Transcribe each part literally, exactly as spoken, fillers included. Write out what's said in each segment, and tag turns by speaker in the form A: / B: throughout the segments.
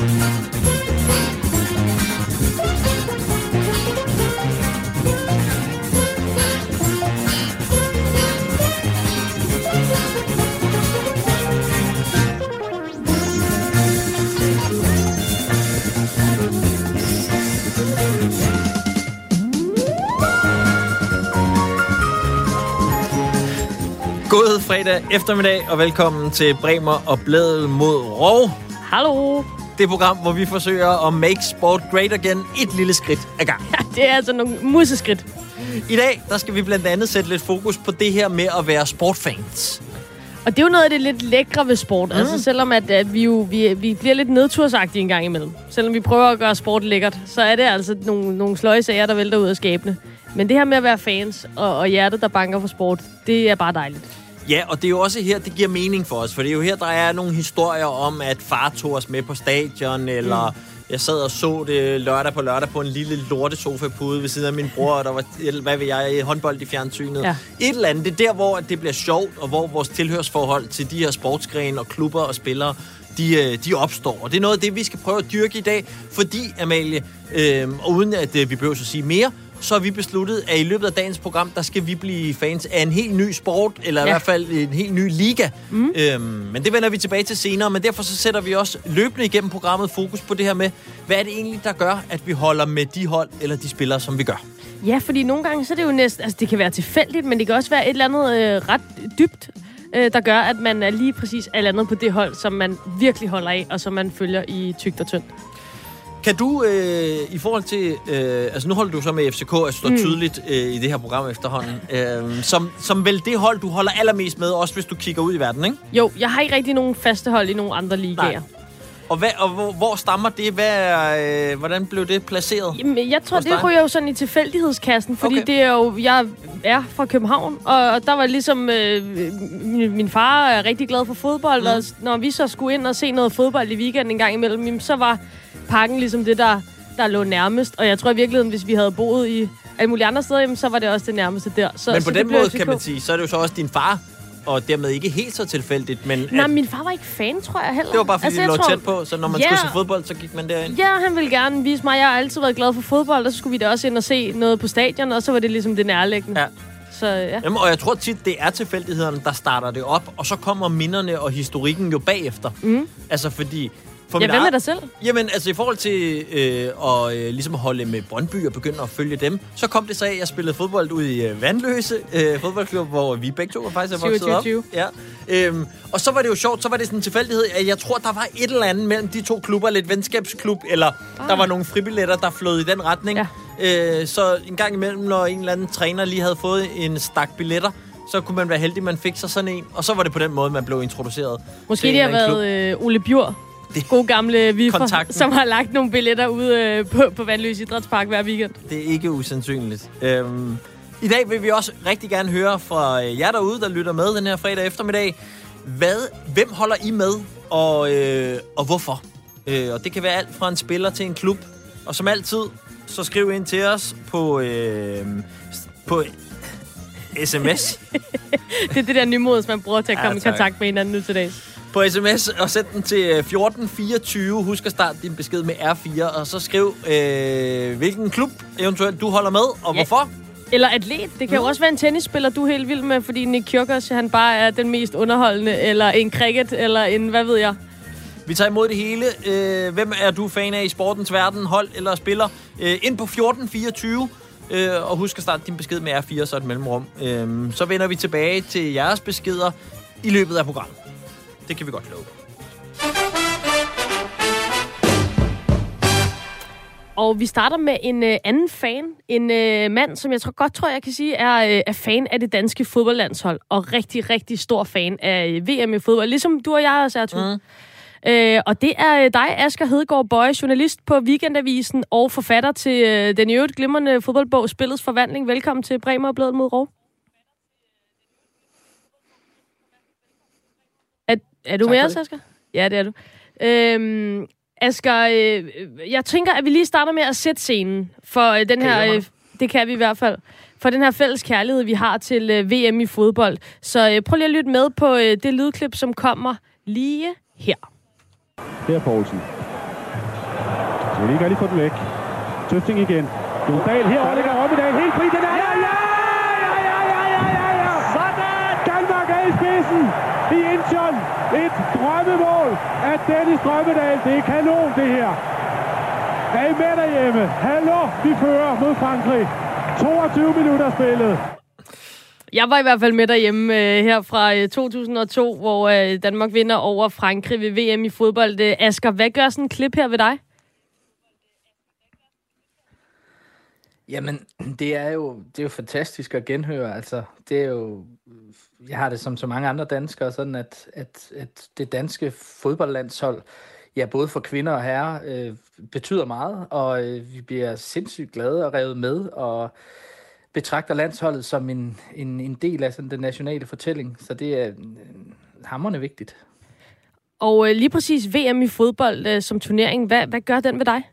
A: God fredag eftermiddag, og velkommen til Bremer og Blædel mod Rov.
B: Hallo.
A: Det program, hvor vi forsøger at make sport great again, et lille skridt ad gang.
B: Ja, det er altså nogle museskridt.
A: I dag, der skal vi blandt andet sætte lidt fokus på det her med at være sportfans.
B: Og det er jo noget af det lidt lækre ved sport. Mm. Altså selvom at, at vi jo vi, vi bliver lidt nedtursagtige en gang imellem. Selvom vi prøver at gøre sport lækkert, så er det altså nogle, nogle sløje sager, der vælter ud af skabene. Men det her med at være fans og, og hjertet, der banker for sport, det er bare dejligt.
A: Ja, og det er jo også her, det giver mening for os. For det er jo her, der er nogle historier om, at far tog os med på stadion, eller mm. jeg sad og så det lørdag på lørdag på en lille lortesofa-pude ved siden af min bror, og der var, hvad ved jeg, håndbold i fjernsynet. Ja. Et eller andet. Det er der, hvor det bliver sjovt, og hvor vores tilhørsforhold til de her sportsgrene og klubber og spillere, de, de opstår. Og det er noget af det, vi skal prøve at dyrke i dag, fordi, Amalie, øh, og uden at øh, vi behøver at sige mere, så har vi besluttet, at i løbet af dagens program, der skal vi blive fans af en helt ny sport, eller ja. i hvert fald en helt ny liga. Mm. Øhm, men det vender vi tilbage til senere, men derfor så sætter vi også løbende igennem programmet fokus på det her med, hvad er det egentlig, der gør, at vi holder med de hold eller de spillere, som vi gør.
B: Ja, fordi nogle gange, så er det jo næsten, altså det kan være tilfældigt, men det kan også være et eller andet øh, ret dybt, øh, der gør, at man er lige præcis er landet på det hold, som man virkelig holder af, og som man følger i tykt og tyndt.
A: Kan du, øh, i forhold til... Øh, altså, nu holder du så med F C K, at stå mm. tydeligt øh, i det her program efterhånden. Øh, som, som vel det hold, du holder allermest med, også hvis du kigger ud i verden, ikke?
B: Jo, jeg har ikke rigtig nogen faste hold i nogen andre ligaer. Nej.
A: Og, hvad, og hvor, hvor stammer det? Hvad, øh, hvordan blev det placeret?
B: Jamen, jeg tror, det ryger jo sådan i tilfældighedskassen, fordi okay. det er jo... Jeg er fra København, og der var ligesom... Øh, min, min far er rigtig glad for fodbold, mm. og når vi så skulle ind og se noget fodbold i weekenden en gang imellem, så var Parken ligesom det, der, der lå nærmest. Og jeg tror i virkeligheden, hvis vi havde boet i alle mulige andre steder, jamen, så var det også det nærmeste der. Så,
A: men på
B: så
A: den måde, kan man sige, så er det jo så også din far, og dermed ikke helt så tilfældigt, men...
B: Nej, at... min far var ikke fan, tror jeg heller.
A: Det var bare, fordi altså, det lå tror... tæt på, så når man yeah. skulle se fodbold, så gik man derind.
B: Ja, han ville gerne vise mig. Jeg har altid været glad for fodbold, og så skulle vi da også ind og se noget på stadion, og så var det ligesom det nærliggende. Ja. Så, ja.
A: Jamen, og jeg tror tit, det er tilfældighederne, der starter det op, og så kommer minderne og historikken jo bagefter. Mm. Altså, fordi...
B: Ja, hvem er der selv?
A: Jamen, altså i forhold til øh, at øh, ligesom holde med Brøndby og begynde at følge dem, så kom det så af, at jeg spillede fodbold ude i øh, Vandløse øh, fodboldklub, hvor vi begge to faktisk er vokset op. Ja. Øhm, og så var det jo sjovt, så var det sådan en tilfældighed, at jeg tror, der var et eller andet mellem de to klubber, lidt venskabsklub, eller ah. der var nogle fribilletter, der flød i den retning. Ja. Øh, så en gang imellem, når en eller anden træner lige havde fået en stak billetter, så kunne man være heldig, at man fik sig sådan en, og så var det på den måde, man blev introduceret.
B: Måske det har været øh, Ole Bjur. God gamle Vifer, som har lagt nogle billetter ude øh, på, på Vandløse Idrætspark hver weekend.
A: Det er ikke usandsynligt. Øhm, I dag vil vi også rigtig gerne høre fra jer derude, der lytter med den her fredag eftermiddag. Hvad, hvem holder I med, og, øh, og hvorfor? Øh, og det kan være alt fra en spiller til en klub. Og som altid, så skriv ind til os på, øh, på sms.
B: Det er det der nymodus, man bruger til at komme ja, i kontakt med hinanden nu til dags.
A: På sms, og sæt den til fjorten fireogtyve. Husk at starte din besked med R fire, og så skriv, øh, hvilken klub eventuelt du holder med, og ja. hvorfor.
B: Eller atlet. Det kan mm. jo også være en tennisspiller, du er helt vild med, fordi Nick Kyrgios, han bare er den mest underholdende, eller en cricket, eller en, hvad ved jeg.
A: Vi tager imod det hele. Øh, hvem er du fan af i sportens verden, hold eller spiller? Øh, ind på fjorten fireogtyve. Øh, og husk at starte din besked med R fire, så et mellemrum. Øh, så vender vi tilbage til jeres beskeder i løbet af programmet. Det kan vi godt love.
B: Og vi starter med en øh, anden fan. En øh, mand, som jeg tror, godt tror, jeg kan sige, er, øh, er fan af det danske fodboldlandshold. Og rigtig, rigtig stor fan af øh, V M i fodbold. Ligesom du og jeg også er, Tue. Mm. Øh, og det er dig, Asger Hedegaard Boye, journalist på Weekendavisen og forfatter til øh, den i øvrigt glimrende fodboldbog Spillets Forvandling. Velkommen til Bremer og Blædel mod Rov. Er, er du tak med os, Asger? Ja, det er du. Øhm, Asger, øh, jeg tænker, at vi lige starter med at sætte scenen for øh, den her... Øh, det kan vi i hvert fald. For den her fælles kærlighed, vi har til øh, V M i fodbold. Så øh, prøv lige at lytte med på øh, det lydklip, som kommer lige her.
C: Per Poulsen. Så vi ikke rigtig få den væk. Tøfting igen. Jondal her, og ligger Rommedal helt fri. Den er ja, ja, ja, ja, ja, ja, ja, ja. Sådan! Danmark er i spidsen i Incheon. Et drømmemål af Dennis Drømmedal. Det er kanon, det her. Er I med derhjemme? Hallo, vi fører mod Frankrig. toogtyve minutter spillet.
B: Jeg var i hvert fald med derhjemme øh, her fra øh, to tusind og to, hvor øh, Danmark vinder over Frankrig ved V M i fodbold. Øh, Asger, hvad gør sådan en klip her ved dig?
D: Jamen, det er jo, det er jo fantastisk at genhøre. Altså, det er jo, jeg har det som så mange andre danskere, sådan at, at, at det danske fodboldlandshold, ja, både for kvinder og herrer, øh, betyder meget, og øh, vi bliver sindssygt glade og revet med, og betragter landsholdet som en, en, en del af sådan den nationale fortælling. Så det er øh, hamrende vigtigt.
B: Og øh, lige præcis V M i fodbold øh, som turnering, hvad, hvad gør den ved dig?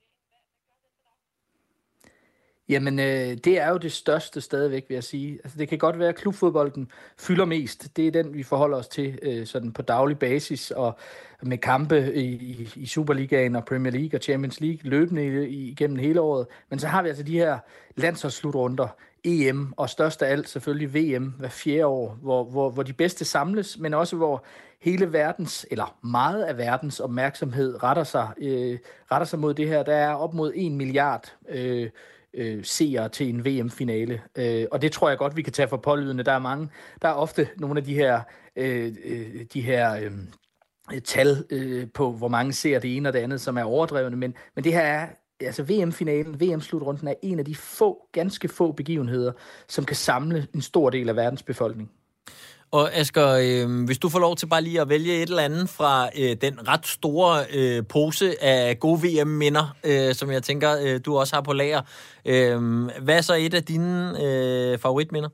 D: Jamen, øh, det er jo det største stadigvæk, vil jeg sige. Altså, det kan godt være, at klubfodbolden fylder mest. Det er den, vi forholder os til øh, sådan på daglig basis, og med kampe i, i, i Superligaen og Premier League og Champions League løbende igennem hele året. Men så har vi altså de her landsholdsslutrunder, E M og størst af alt selvfølgelig V M hver fjerde år, hvor, hvor, hvor de bedste samles, men også hvor hele verdens, eller meget af verdens opmærksomhed retter sig, øh, retter sig mod det her. Der er op mod en milliard øh, øh, seere til en V M-finale, øh, og det tror jeg godt, vi kan tage for pålydende. Der er mange, der er ofte nogle af de her, øh, øh, de her øh, tal øh, på, hvor mange ser det ene og det andet, som er overdrevne, men, men det her er, altså V M-finalen, V M-slutrunden er en af de få, ganske få begivenheder, som kan samle en stor del af verdens befolkning.
A: Og Asger, øh, hvis du får lov til bare lige at vælge et eller andet fra øh, den ret store øh, pose af gode V M-minder, øh, som jeg tænker, øh, du også har på lager. Øh, hvad er så et af dine øh, favoritminder?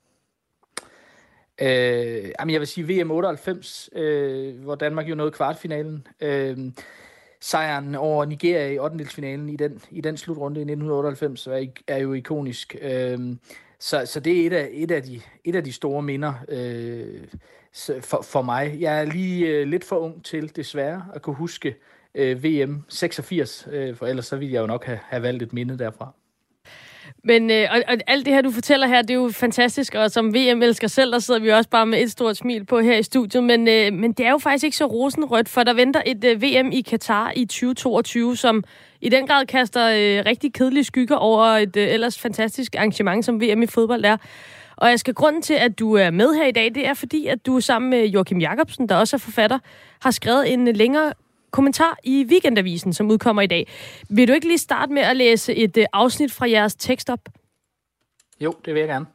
D: Øh, jamen jeg vil sige V M otteoghalvfems, øh, hvor Danmark jo nåede kvartfinalen. Øh, sejren over Nigeria i ottendedelsfinalen i den, i den slutrunde i nitten otteoghalvfems er, er jo ikonisk. Øh, så, så det er et af, et af, de, et af de store minder øh, for, for mig. Jeg er lige øh, lidt for ung til, desværre, at kunne huske øh, V M seksogfirs, øh, for ellers så ville jeg jo nok have, have valgt et minde derfra.
B: Men øh, og, og alt det her, du fortæller her, det er jo fantastisk, og som V M-elsker selv, der sidder vi også bare med et stort smil på her i studiet, men, øh, men det er jo faktisk ikke så rosenrødt, for der venter et øh, V M i Katar i tyve toogtyve, som i den grad kaster øh, rigtig kedelige skygger over et øh, ellers fantastisk arrangement, som V M i fodbold er. Og jeg skal grunden til, at du er med her i dag, det er fordi, at du sammen med Joachim Jacobsen, der også er forfatter, har skrevet en længere kommentar i Weekendavisen, som udkommer i dag. Vil du ikke lige starte med at læse et uh, afsnit fra jeres tekst op?
D: Jo, det vil jeg gerne.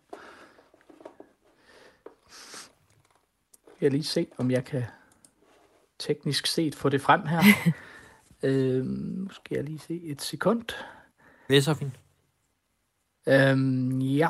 D: Jeg lige se, om jeg kan teknisk set få det frem her. øhm, nu skal jeg lige se et sekund.
A: Det er så fint.
D: Øhm, ja.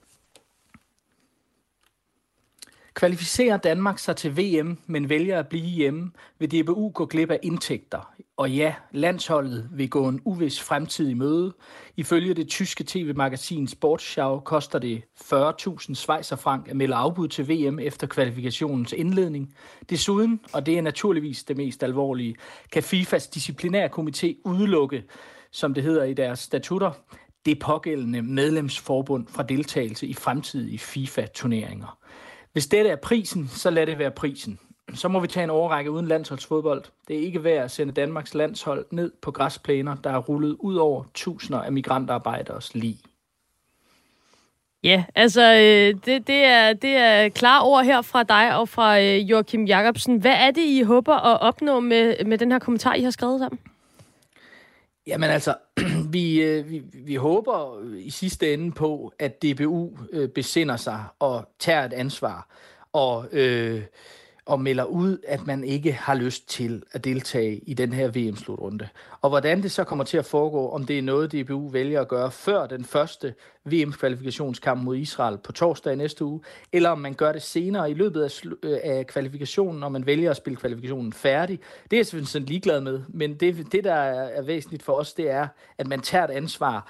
D: Kvalificerer Danmark sig til V M, men vælger at blive hjemme, vil D B U gå glip af indtægter. Og ja, landsholdet vil gå en uvis fremtid i møde. Ifølge det tyske tv-magasin Sportschau koster det fyrre tusind schweizerfranc at melde afbud til V M efter kvalifikationens indledning. Desuden, og det er naturligvis det mest alvorlige, kan FIFAs disciplinærkomité udelukke, som det hedder i deres statutter, det pågældende medlemsforbund fra deltagelse i fremtidige FIFA-turneringer. Hvis dette er prisen, så lad det være prisen. Så må vi tage en overrække uden landsholdsfodbold. Det er ikke værd at sende Danmarks landshold ned på græsplæner, der er rullet ud over tusinder af migrantarbejderes lig.
B: Ja, altså det, det, er, det er klare ord her fra dig og fra Joachim Jacobsen. Hvad er det, I håber at opnå med, med den her kommentar, I har skrevet sammen?
D: Jamen altså, vi, vi, vi håber i sidste ende på, at D B U øh, besinder sig og tager et ansvar og, øh, og melder ud, at man ikke har lyst til at deltage i den her V M-slutrunde. Og hvordan det så kommer til at foregå, om det er noget, D B U vælger at gøre før den første V M-kvalifikationskamp mod Israel på torsdag i næste uge, eller om man gør det senere i løbet af, af kvalifikationen, og man vælger at spille kvalifikationen færdig. Det er jeg selvfølgelig ligeglad med, men det, det, der er væsentligt for os, det er, at man tager et ansvar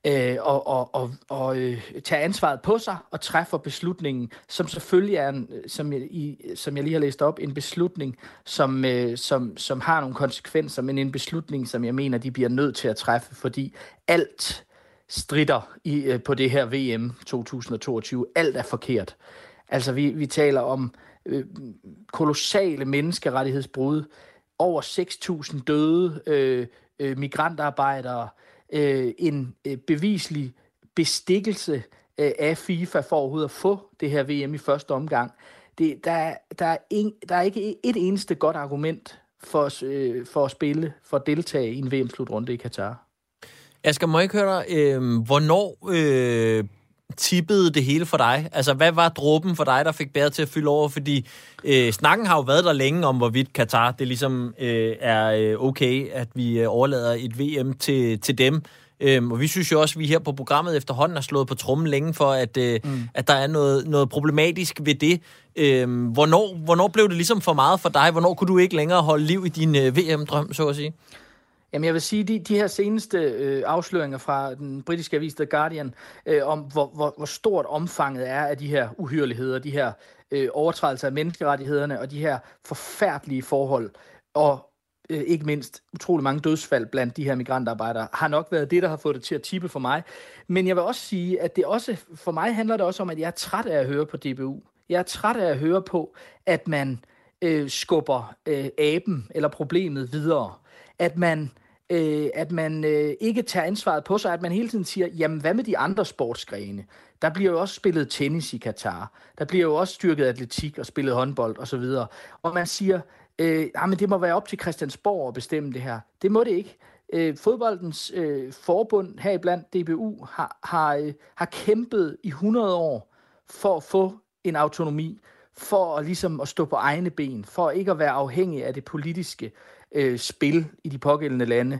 D: øh, og, og, og, og øh, tager ansvaret på sig og træffer beslutningen, som selvfølgelig er, en, som, jeg, i, som jeg lige har læst op, en beslutning, som, øh, som, som har nogle konsekvenser, men en beslutning, som jeg mener, de bliver nødt til at træffe, fordi alt stritter i, øh, på det her V M to tusind og toogtyve. Alt er forkert. Altså, vi, vi taler om øh, kolossale menneskerettighedsbrud, over seks tusind døde øh, øh, migrantarbejdere, øh, en øh, bevislig bestikkelse øh, af FIFA for overhovedet at få det her V M i første omgang. Det, der, der, er en, der er ikke et eneste godt argument for, øh, for at spille, for at deltage i en V M-slutrunde i Katar.
A: Asger, må jeg ikke høre dig, øh, hvornår øh, tippede det hele for dig? Altså, hvad var dråben for dig, der fik bæret til at fylde over? Fordi øh, snakken har jo været der længe om, hvorvidt Katar, det ligesom øh, er okay, at vi øh, overlader et V M til, til dem. Øhm, og vi synes jo også, at vi her på programmet efterhånden har slået på trommen længe for, at, øh, mm. at der er noget, noget problematisk ved det. Øhm, hvornår, hvornår blev det ligesom for meget for dig? Hvornår kunne du ikke længere holde liv i din øh, V M-drøm, så at sige?
D: Jamen, jeg vil sige, de, de her seneste øh, afsløringer fra den britiske avis The Guardian, øh, om hvor, hvor, hvor stort omfanget er af de her uhyrligheder, de her øh, overtrædelser af menneskerettighederne og de her forfærdelige forhold, og øh, ikke mindst utrolig mange dødsfald blandt de her migrantarbejdere, har nok været det, der har fået det til at tippe for mig. Men jeg vil også sige, at det også, for mig handler det også om, at jeg er træt af at høre på D B U. Jeg er træt af at høre på, at man øh, skubber øh, aben eller problemet videre. At man Øh, at man øh, ikke tager ansvaret på sig, at man hele tiden siger, jamen hvad med de andre sportsgrene? Der bliver jo også spillet tennis i Katar. Der bliver jo også styrket atletik og spillet håndbold osv. Og man siger, øh, jamen det må være op til Christiansborg at bestemme det her. Det må det ikke. Øh, fodboldens øh, forbund heriblandt D B U har, har, øh, har kæmpet i hundrede år for at få en autonomi, for at, ligesom at stå på egne ben, for ikke at være afhængig af det politiske øh, spil i de pågældende lande.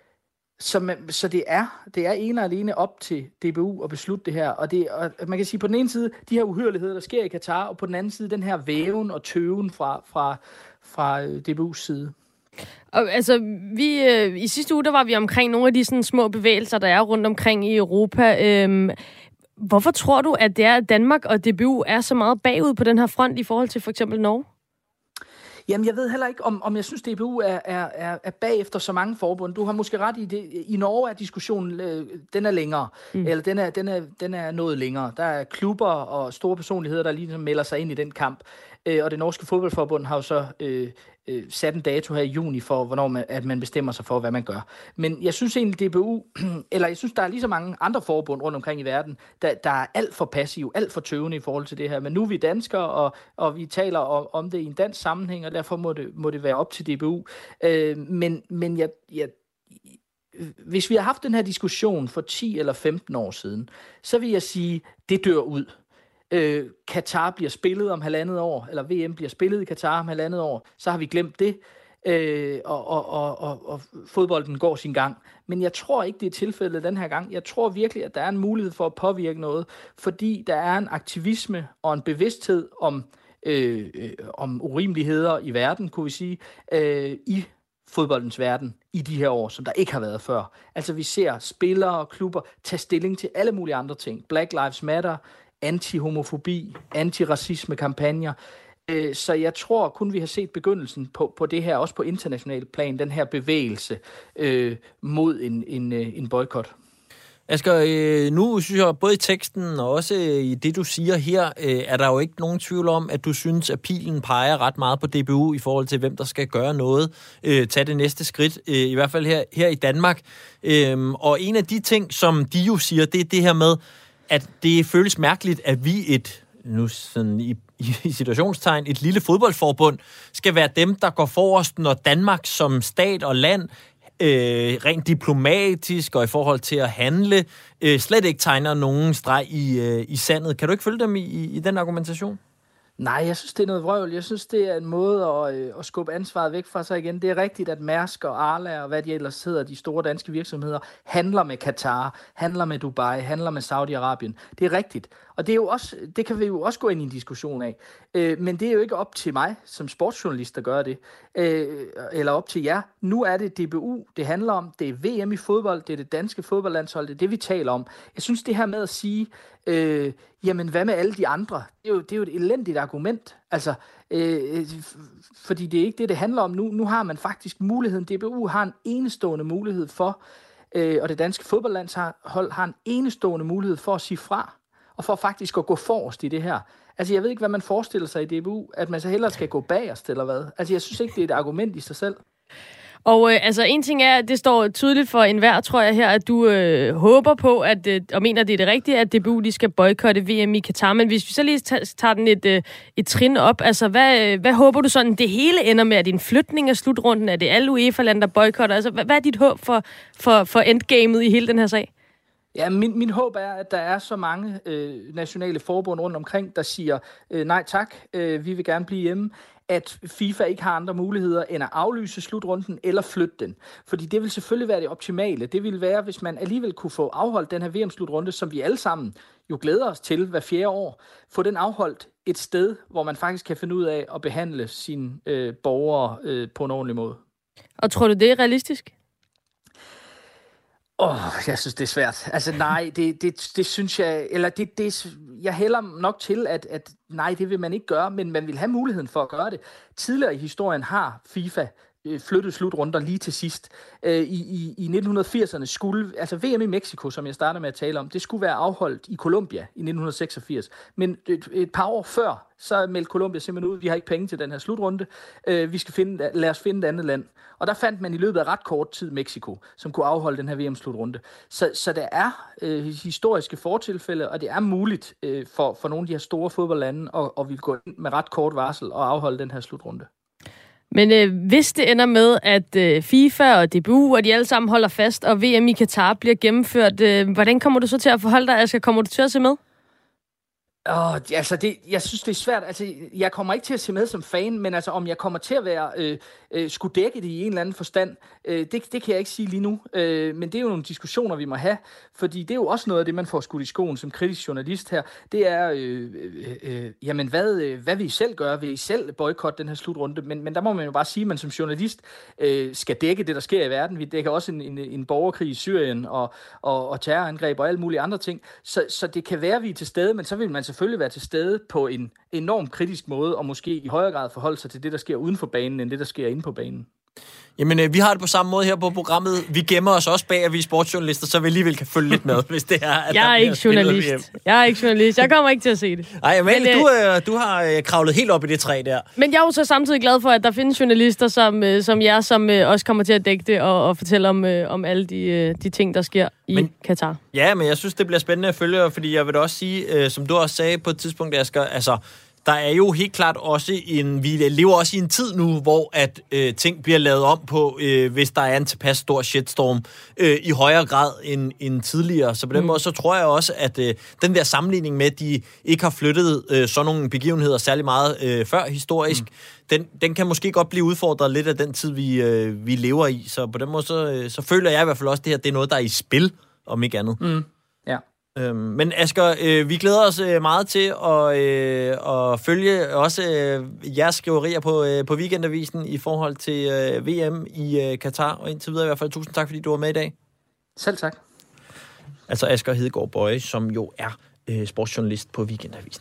D: Så, man, så det er det er ene og alene op til D B U at beslutte det her. Og, det, og man kan sige på den ene side, de her uhyrligheder, der sker i Katar, og på den anden side, den her væven og tøven fra, fra, fra D B U's side.
B: Og, altså, vi, øh, i sidste uge, der var vi omkring nogle af de sådan, små bevægelser, der er rundt omkring i Europa. Øhm, hvorfor tror du, at det er, at Danmark og D B U er så meget bagud på den her front i forhold til for eksempel Norge?
D: Jamen, jeg ved heller ikke, om, om jeg synes, D B U er, er, er, er bagefter så mange forbund. Du har måske ret i det. I Norge er diskussionen, øh, den er længere. Mm. Eller den er, den, er, den er noget længere. Der er klubber og store personligheder, der lige melder sig ind i den kamp. Øh, og det norske fodboldforbund har jo så øh, øh, sat en dato her i juni for, hvornår man, at man bestemmer sig for, hvad man gør. Men jeg synes egentlig, D B U, eller jeg synes, der er lige så mange andre forbund rundt omkring i verden, der, der er alt for passive, alt for tøvende i forhold til det her. Men nu er vi danskere, og, og vi taler om, om det i en dansk sammenhæng, og derfor må det, må det være op til D B U. Øh, men men jeg, jeg, hvis vi har haft den her diskussion for ti eller femten år siden, så vil jeg sige, det dør ud. Øh, Katar bliver spillet om halvandet år, eller V M bliver spillet i Katar om halvandet år, så har vi glemt det, øh, og, og, og, og, og fodbolden går sin gang. Men jeg tror ikke, det er tilfældet den her gang. Jeg tror virkelig, at der er en mulighed for at påvirke noget, fordi der er en aktivisme og en bevidsthed om, øh, øh, om urimeligheder i verden, kunne vi sige, øh, i fodboldens verden i de her år, som der ikke har været før. Altså vi ser spillere og klubber tage stilling til alle mulige andre ting. Black Lives Matter, anti-homofobi, anti-racisme-kampagner. Så jeg tror kun, vi har set begyndelsen på, på det her, også på international plan, den her bevægelse øh, mod en, en, en boykot.
A: Asger, nu synes jeg, både i teksten og også i det, du siger her, er der jo ikke nogen tvivl om, at du synes, at pilen peger ret meget på D B U i forhold til, hvem der skal gøre noget, tage det næste skridt, i hvert fald her, her i Danmark. Og en af de ting, som de jo siger, det er det her med, at det føles mærkeligt, at vi et, nu sådan i, i situationstegn, et lille fodboldforbund, skal være dem, der går forrest, når Danmark som stat og land, øh, rent diplomatisk og i forhold til at handle, øh, slet ikke tegner nogen streg i, øh, i sandet. Kan du ikke følge dem i, i, i den argumentation?
D: Nej, jeg synes, det er noget vrøvl. Jeg synes, det er en måde at, øh, at skubbe ansvaret væk fra sig igen. Det er rigtigt, at Mærsk og Arla og hvad de ellers hedder, de store danske virksomheder, handler med Katar, handler med Dubai, handler med Saudi-Arabien. Det er rigtigt. Og det, er jo også, det kan vi jo også gå ind i en diskussion af. Øh, men det er jo ikke op til mig som sportsjournalist at gøre det. Øh, eller op til jer. Nu er det D B U, det handler om. Det er V M i fodbold, det er det danske fodboldlandshold, det er det, vi taler om. Jeg synes, det her med at sige, øh, jamen hvad med alle de andre? Det er jo, det er jo et elendigt argument. Altså, øh, fordi det er ikke det, det handler om nu. Nu har man faktisk muligheden. D B U har en enestående mulighed for, øh, og det danske fodboldlandshold har en enestående mulighed for at sige fra, og for faktisk at gå forrest i det her. Altså, jeg ved ikke, hvad man forestiller sig i D B U, at man så hellere skal gå bagerst, eller hvad? Altså, jeg synes ikke, det er et argument i sig selv.
B: Og øh, altså, en ting er, at det står tydeligt for enhver, tror jeg her, at du øh, håber på, at, øh, og mener, det er det rigtige, at D B U de skal boykotte V M i Katar. Men hvis vi så lige tager den et, øh, et trin op, altså, hvad, hvad håber du sådan, det hele ender med? Er det en flytning af slutrunden? Er det alle UEFA-lande, der boykotter? Altså, hvad, hvad er dit håb for, for, for endgamet i hele den her sag?
D: Ja, min, min håb er, at der er så mange øh, nationale forbund rundt omkring, der siger, øh, nej tak, øh, vi vil gerne blive hjemme, at FIFA ikke har andre muligheder end at aflyse slutrunden eller flytte den. Fordi det vil selvfølgelig være det optimale. Det vil være, hvis man alligevel kunne få afholdt den her V M-slutrunde, som vi alle sammen jo glæder os til hver fjerde år, få den afholdt et sted, hvor man faktisk kan finde ud af at behandle sine øh, borgere øh, på en ordentlig måde.
B: Og tror du, det er realistisk?
D: Åh, oh, jeg synes, det er svært. Altså nej, det, det, det synes jeg, eller det, det, jeg hælder nok til, at, at nej, det vil man ikke gøre, men man vil have muligheden for at gøre det. Tidligere i historien har FIFA flyttet slutrunder lige til sidst. I, i, i nitten firserne skulle, altså V M i Mexico, som jeg starter med at tale om, det skulle være afholdt i Colombia i nitten seksogfirs. Men et, et par år før, så meldte Colombia simpelthen ud, vi har ikke penge til den her slutrunde, vi skal finde, lad os finde et andet land. Og der fandt man i løbet af ret kort tid Mexico, som kunne afholde den her V M-slutrunde. Så, så der er øh, historiske fortilfælde, og det er muligt øh, for, for nogle af de her store fodboldlande at, at vi gå ind med ret kort varsel og afholde den her slutrunde.
B: Men øh, hvis det ender med, at øh, FIFA og D B U og de alle sammen holder fast, og V M i Katar bliver gennemført, øh, hvordan kommer du så til at forholde dig? Asger, kommer du til at se med?
D: Oh, altså det, jeg synes, det er svært. Altså, jeg kommer ikke til at se med som fan, men altså, om jeg kommer til at være øh, øh, skulle dække det i en eller anden forstand, øh, det, det kan jeg ikke sige lige nu. Øh, men det er jo nogle diskussioner, vi må have, fordi det er jo også noget af det, man får skudt i skoen som kritisk journalist her. Det er, øh, øh, øh, jamen, hvad, øh, hvad vil I selv gøre? Vil I selv boykotte den her slutrunde? Men, men der må man jo bare sige, at man som journalist øh, skal dække det, der sker i verden. Vi dækker også en, en, en borgerkrig i Syrien og, og, og terrorangreb og alle mulige andre ting. Så, så det kan være, at vi er til stede, men så vil man selvfølgelig være til stede på en enormt kritisk måde, og måske i højere grad forholde sig til det, der sker uden for banen, end det, der sker inde på banen.
A: Jamen, øh, vi har det på samme måde her på programmet. Vi gemmer os også bag, at vi er sportsjournalister, så vi alligevel kan følge lidt med, hvis det er, at
B: jeg er ikke journalist. Jeg er ikke journalist. Jeg kommer ikke til at se det.
A: Nej, men, men du, øh, du har øh, kravlet helt op i det træ der.
B: Men jeg er jo så samtidig glad for, at der findes journalister som, øh, som jer, som øh, også kommer til at dække det og, og fortælle om, øh, om alle de, øh, de ting, der sker i men, Katar.
A: Ja, men jeg synes, det bliver spændende at følge, fordi jeg vil da også sige, øh, som du også sagde på et tidspunkt, Asger, altså der er jo helt klart også en, vi lever også i en tid nu, hvor at øh, ting bliver lavet om på, øh, hvis der er en tilpas stor shitstorm, øh, i højere grad end, end tidligere. Så på den mm. måde, så tror jeg også, at øh, den der sammenligning med, at de ikke har flyttet øh, sådan nogle begivenheder særlig meget øh, før historisk, mm. den, den kan måske godt blive udfordret lidt af den tid, vi, øh, vi lever i. Så på den måde, så, øh, så føler jeg i hvert fald også, at det her det er noget, der er i spil, om ikke andet.
D: Mm. Ja.
A: Øhm, men Asger, øh, vi glæder os øh, meget til at, øh, at følge også øh, jeres skriverier på, øh, på Weekendavisen i forhold til øh, V M i øh, Katar, og indtil videre i hvert fald tusind tak, fordi du var med i dag.
D: Selv tak.
A: Altså Asger Hedegaard Boye, som jo er øh, sportsjournalist på Weekendavisen.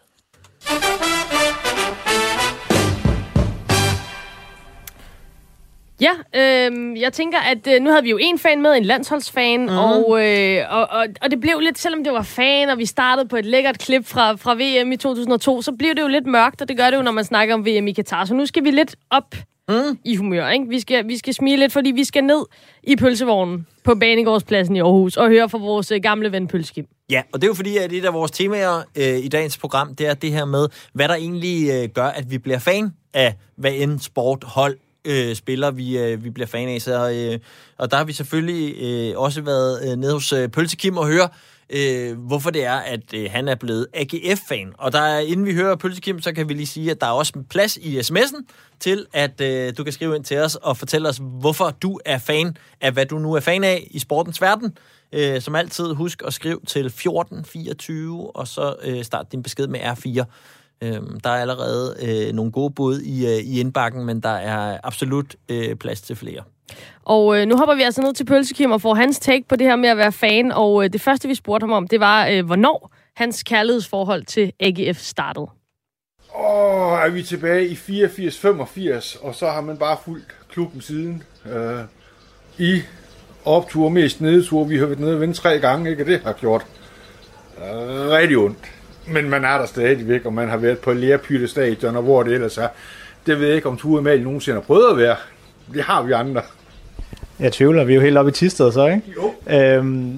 B: Ja, øh, jeg tænker, at øh, nu havde vi jo en fan med, en landsholdsfan, mm. og, øh, og, og, og det blev lidt, selvom det var fan, og vi startede på et lækkert klip fra, fra V M i to tusind og to, så blev det jo lidt mørkt, og det gør det jo, når man snakker om V M i Katar. Så nu skal vi lidt op mm. i humør, ikke? Vi skal, vi skal smile lidt, fordi vi skal ned i pølsevognen på Banegårdspladsen i Aarhus og høre fra vores øh, gamle ven Pølsekim.
A: Ja, og det er jo fordi, at et af vores temaer øh, i dagens program, det er det her med, hvad der egentlig øh, gør, at vi bliver fan af hvad end sport, hold, Øh, spillere, vi, øh, vi bliver fan af. Så, øh, og der har vi selvfølgelig øh, også været øh, nede hos øh, Pølsekim og høre, øh, hvorfor det er, at øh, han er blevet A G F-fan. Og der er, inden vi hører Pølse Kim, så kan vi lige sige, at der er også plads i sms'en til, at øh, du kan skrive ind til os og fortælle os, hvorfor du er fan af, hvad du nu er fan af i sportens verden. Øh, som altid, husk at skrive til fjorten fireogtyve, og så øh, start din besked med R fire. Øh, der er allerede øh, nogle gode bud i, øh, i indbakken, men der er absolut øh, plads til flere.
B: Og øh, nu hopper vi altså ned til Pølse Kim og får hans take på det her med at være fan, og øh, det første, vi spurgte ham om, det var, øh, hvornår hans kærlighedsforhold til A G F startede.
E: Åh, oh, er vi tilbage i fireogfirs femogfirs, og så har man bare fulgt klubben siden. Øh, I optur, mest nedtur, vi har været nede og vinde tre gange, ikke? Det har gjort øh, rigtig ondt. Men man er der stadigvæk, og man har været på Lerpytte Stadion, og hvor det ellers er. Det ved jeg ikke, om Tue Amalie nogensinde har prøvet at være. Det har vi andre.
F: Jeg tvivler, vi er jo helt oppe i Thisted så, ikke?
E: Jo.
F: Øhm,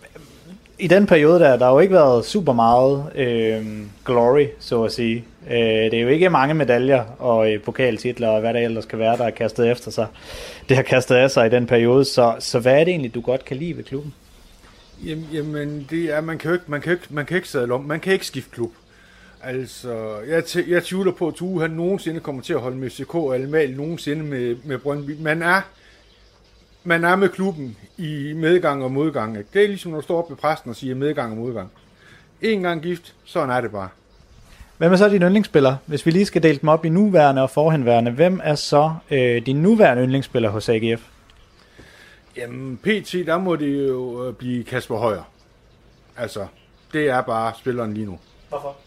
F: I den periode der, der har jo ikke været super meget øhm, glory, så at sige. Øh, det er jo ikke mange medaljer og øh, pokaltitler og hvad der ellers kan være, der er kastet efter sig. Det har kastet af sig i den periode, så, så hvad er det egentlig, du godt kan lide ved klubben?
E: Jamen, jamen det er, man kan jo ikke, man kan ikke, man kan ikke sadle om, man kan ikke skifte klub. Altså, jeg, t- jeg tvivler på, at Tue, han nogensinde kommer til at holde med F C K og Amalie nogensinde med, med Brøndby. Man er, man er med klubben i medgang og modgang. Ikke? Det er ligesom, når du står op ved præsten og siger medgang og modgang. En gang gift, sådan er det bare.
F: Hvem er så din yndlingsspiller? Hvis vi lige skal dele dem op i nuværende og forhenværende, hvem er så øh, din nuværende yndlingsspiller hos A G F?
E: Jamen, P T, der må det jo blive Kasper Højer. Altså, det er bare spilleren lige nu.
F: Hvorfor?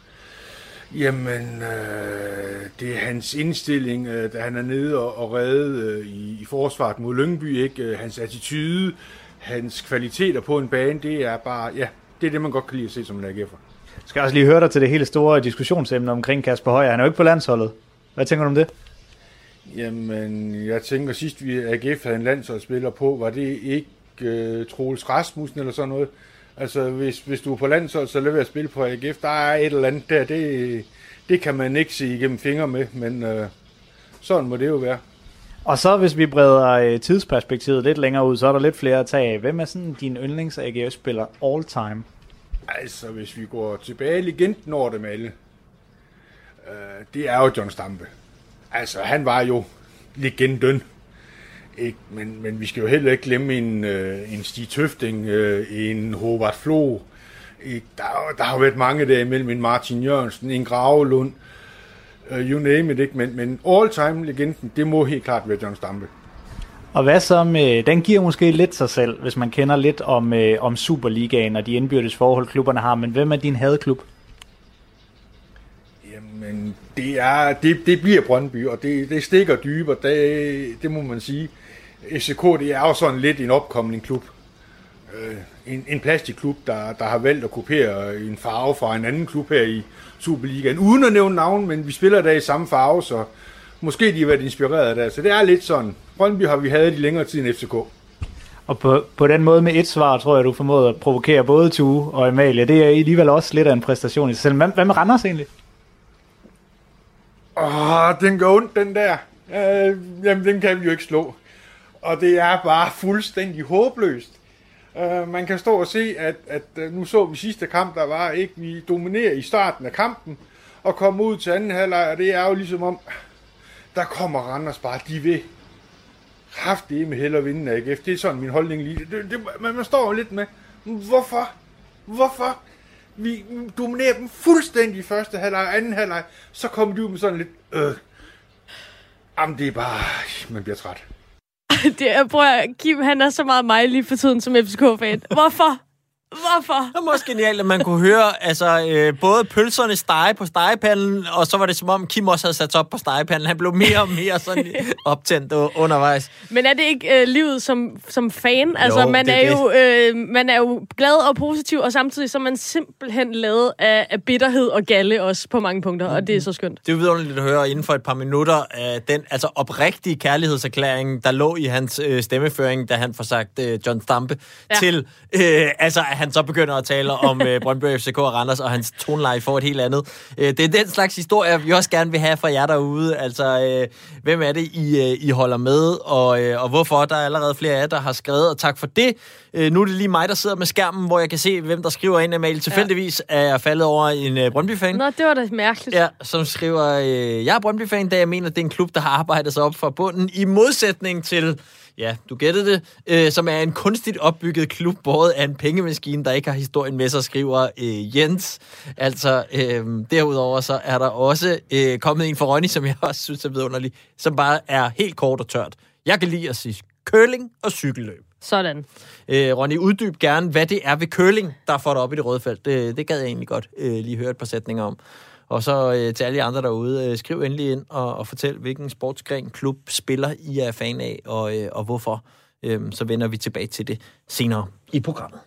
E: Jamen, øh, det er hans indstilling, øh, da han er nede og, og redde øh, i, i forsvaret mod Lyngby, ikke? Øh, hans attitude, hans kvaliteter på en bane, det er bare, ja, det er det, man godt kan lide at se som en A G F'er.
F: Jeg skal også lige høre dig til det hele store diskussionsemne omkring Kasper Højer. Han er jo ikke på landsholdet. Hvad tænker du om det?
E: Jamen, jeg tænker sidst vi A G F havde en landsholdsspiller på, var det ikke øh, Troels Rasmussen eller sådan noget? Altså, hvis, hvis du er på landshold, så lad være at spille på A G F. Der er et eller andet der, det, det kan man ikke se igennem fingre med, men øh, sådan må det jo være.
F: Og så hvis vi breder tidsperspektivet lidt længere ud, så er der lidt flere at tage af. Hvem er sådan din yndlings A G F-spiller all time?
E: Altså, hvis vi går tilbage legenden over dem alle, øh, det er jo John Stampe. Altså, han var jo legenden. Ikke? Men, men vi skal jo heller ikke glemme en, øh, en Stig Tøfting, øh, en Hobart Flo. Ikke? Der, der har jo været mange der imellem, en Martin Jørgensen, en Gravelund, uh, you name it, ikke? Men, men all-time legenden, det må helt klart være John Stampe.
F: Og hvad så med, den giver måske lidt sig selv, hvis man kender lidt om, øh, om Superligaen og de indbyrdes forhold, klubberne har, men hvem er din hadeklub?
E: Jamen, det, er, det, det bliver Brøndby, og det, det stikker dybere, det, det må man sige. F C K, det er jo sådan lidt en opkommende klub. Øh, en, en plastikklub, der, der har valgt at kopiere en farve fra en anden klub her i Superligaen, uden at nævne navn, men vi spiller der i samme farve, så måske de har været inspireret af det. Så det er lidt sådan. Brøndby har vi havde de længere tid end F C K.
F: Og på, på den måde med et svar, tror jeg, du formåede at provokere både Tue og Amalie. Det er alligevel også lidt af en præstation i sig selv. Hvad, hvad med Randers egentlig?
E: Åh, den går ondt, den der. Øh, jamen, den kan vi jo ikke slå. Og det er bare fuldstændig håbløst. Uh, man kan stå og se, at, at uh, nu så vi sidste kamp, der var, ikke, vi dominerer i starten af kampen, og kommer ud til anden halvleg, og det er jo ligesom om, der kommer Randers bare, de vil haft det med held og vinde A G F. Det er sådan min holdning lige. Det, det, man, man står jo lidt med, hvorfor? Hvorfor? Vi dominerer dem fuldstændig i første halvleg og anden halvleg, så kommer de ud med sådan lidt, øh. Jamen, det er bare, man bliver træt.
B: Det er, prøv at, Kim, han er så meget mig lige for tiden som F C K-fan. Hvorfor? Hvorfor?
A: Det var måske genialt, at man kunne høre altså, øh, både pølserne stege på stegepanden, og så var det som om Kim også havde sat sig op på stegepanden. Han blev mere og mere sådan optændt undervejs.
B: Men er det ikke øh, livet som, som fan? Altså,
A: jo,
B: man, er er jo, øh, man er jo glad og positiv, og samtidig så er man simpelthen lavet af, af bitterhed og galle også på mange punkter, og det er så skønt.
A: Det er jo vidunderligt at høre inden for et par minutter af den altså oprigtige kærlighedserklæring, der lå i hans øh, stemmeføring, da han får sagt øh, John Stampe, ja. til øh, altså han så begynder at tale om øh, Brøndby F C K og Randers, og hans toneleje får et helt andet. Øh, det er den slags historie, vi også gerne vil have fra jer derude. Altså, øh, hvem er det, I, øh, I holder med, og, øh, og hvorfor? Der er allerede flere af jer, der har skrevet, og tak for det. Øh, nu er det lige mig, der sidder med skærmen, hvor jeg kan se, hvem der skriver ind. Amalie, tilfældigvis er jeg faldet over en øh, Brøndby-fan.
B: Nå, det var da mærkeligt.
A: Ja, som skriver, øh, jeg er Brøndby-fan, da jeg mener, det er en klub, der har arbejdet sig op fra bunden, i modsætning til, ja, du gættede det, øh, som er en kunstigt opbygget klub, båret af en pengemaskine, der ikke har historien med sig, skriver øh, Jens. Altså, øh, derudover så er der også øh, kommet en for Ronny, som jeg også synes er vidunderlig, som bare er helt kort og tørt. Jeg kan lide at sige curling og cykelløb.
B: Sådan.
A: Øh, Ronny, uddyb gerne, hvad det er ved curling, der får dig op i det røde felt. Det, det gad jeg egentlig godt øh, lige høre et par sætninger om. Og så øh, til alle andre derude, øh, skriv endelig ind og, og fortæl, hvilken sportsgren, klub, spiller I er fan af, og, øh, og hvorfor. Øh, så vender vi tilbage til det senere i programmet.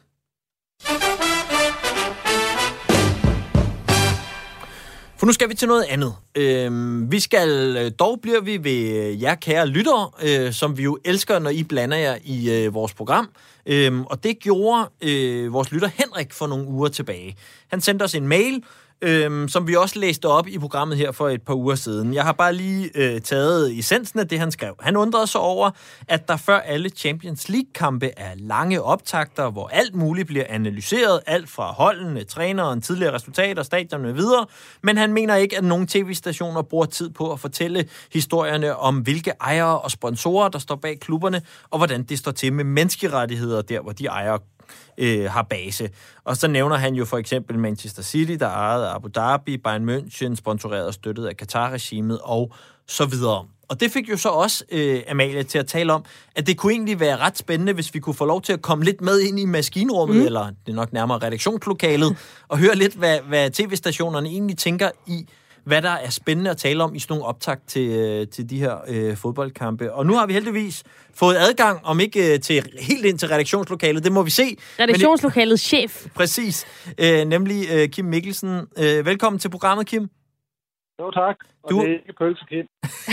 A: For nu skal vi til noget andet. Øh, vi skal, dog bliver vi ved jer kære lyttere, øh, som vi jo elsker, når I blander jer i øh, vores program. Øh, og det gjorde øh, vores lytter Henrik for nogle uger tilbage. Han sendte os en mail, Øhm, som vi også læste op i programmet her for et par uger siden. Jeg har bare lige øh, taget essensen af det, han skrev. Han undrede sig over, at der før alle Champions League-kampe er lange optakter, hvor alt muligt bliver analyseret, alt fra holdene, træneren, tidligere resultater, stadion med videre. Men han mener ikke, at nogen tv-stationer bruger tid på at fortælle historierne om, hvilke ejere og sponsorer, der står bag klubberne, og hvordan det står til med menneskerettigheder der, hvor de ejere Øh, har base. Og så nævner han jo for eksempel Manchester City, der er ejet af Abu Dhabi, Bayern München, sponsoreret og støttet af Qatar-regimet og så videre. Og det fik jo så også øh, Amalie til at tale om, at det kunne egentlig være ret spændende, hvis vi kunne få lov til at komme lidt med ind i maskinrummet, mm. eller det er nok nærmere redaktionslokalet, og høre lidt, hvad, hvad tv-stationerne egentlig tænker i, hvad der er spændende at tale om i sådan nogle optakt til, øh, til de her øh, fodboldkampe. Og nu har vi heldigvis fået adgang, om ikke øh, til helt ind til redaktionslokalet, det må vi se.
B: Redaktionslokalets chef.
A: Præcis, øh, nemlig øh, Kim Mikkelsen. Øh, velkommen til programmet, Kim.
G: Jo, tak. Og
A: du...
G: det er ikke pølse, Kim.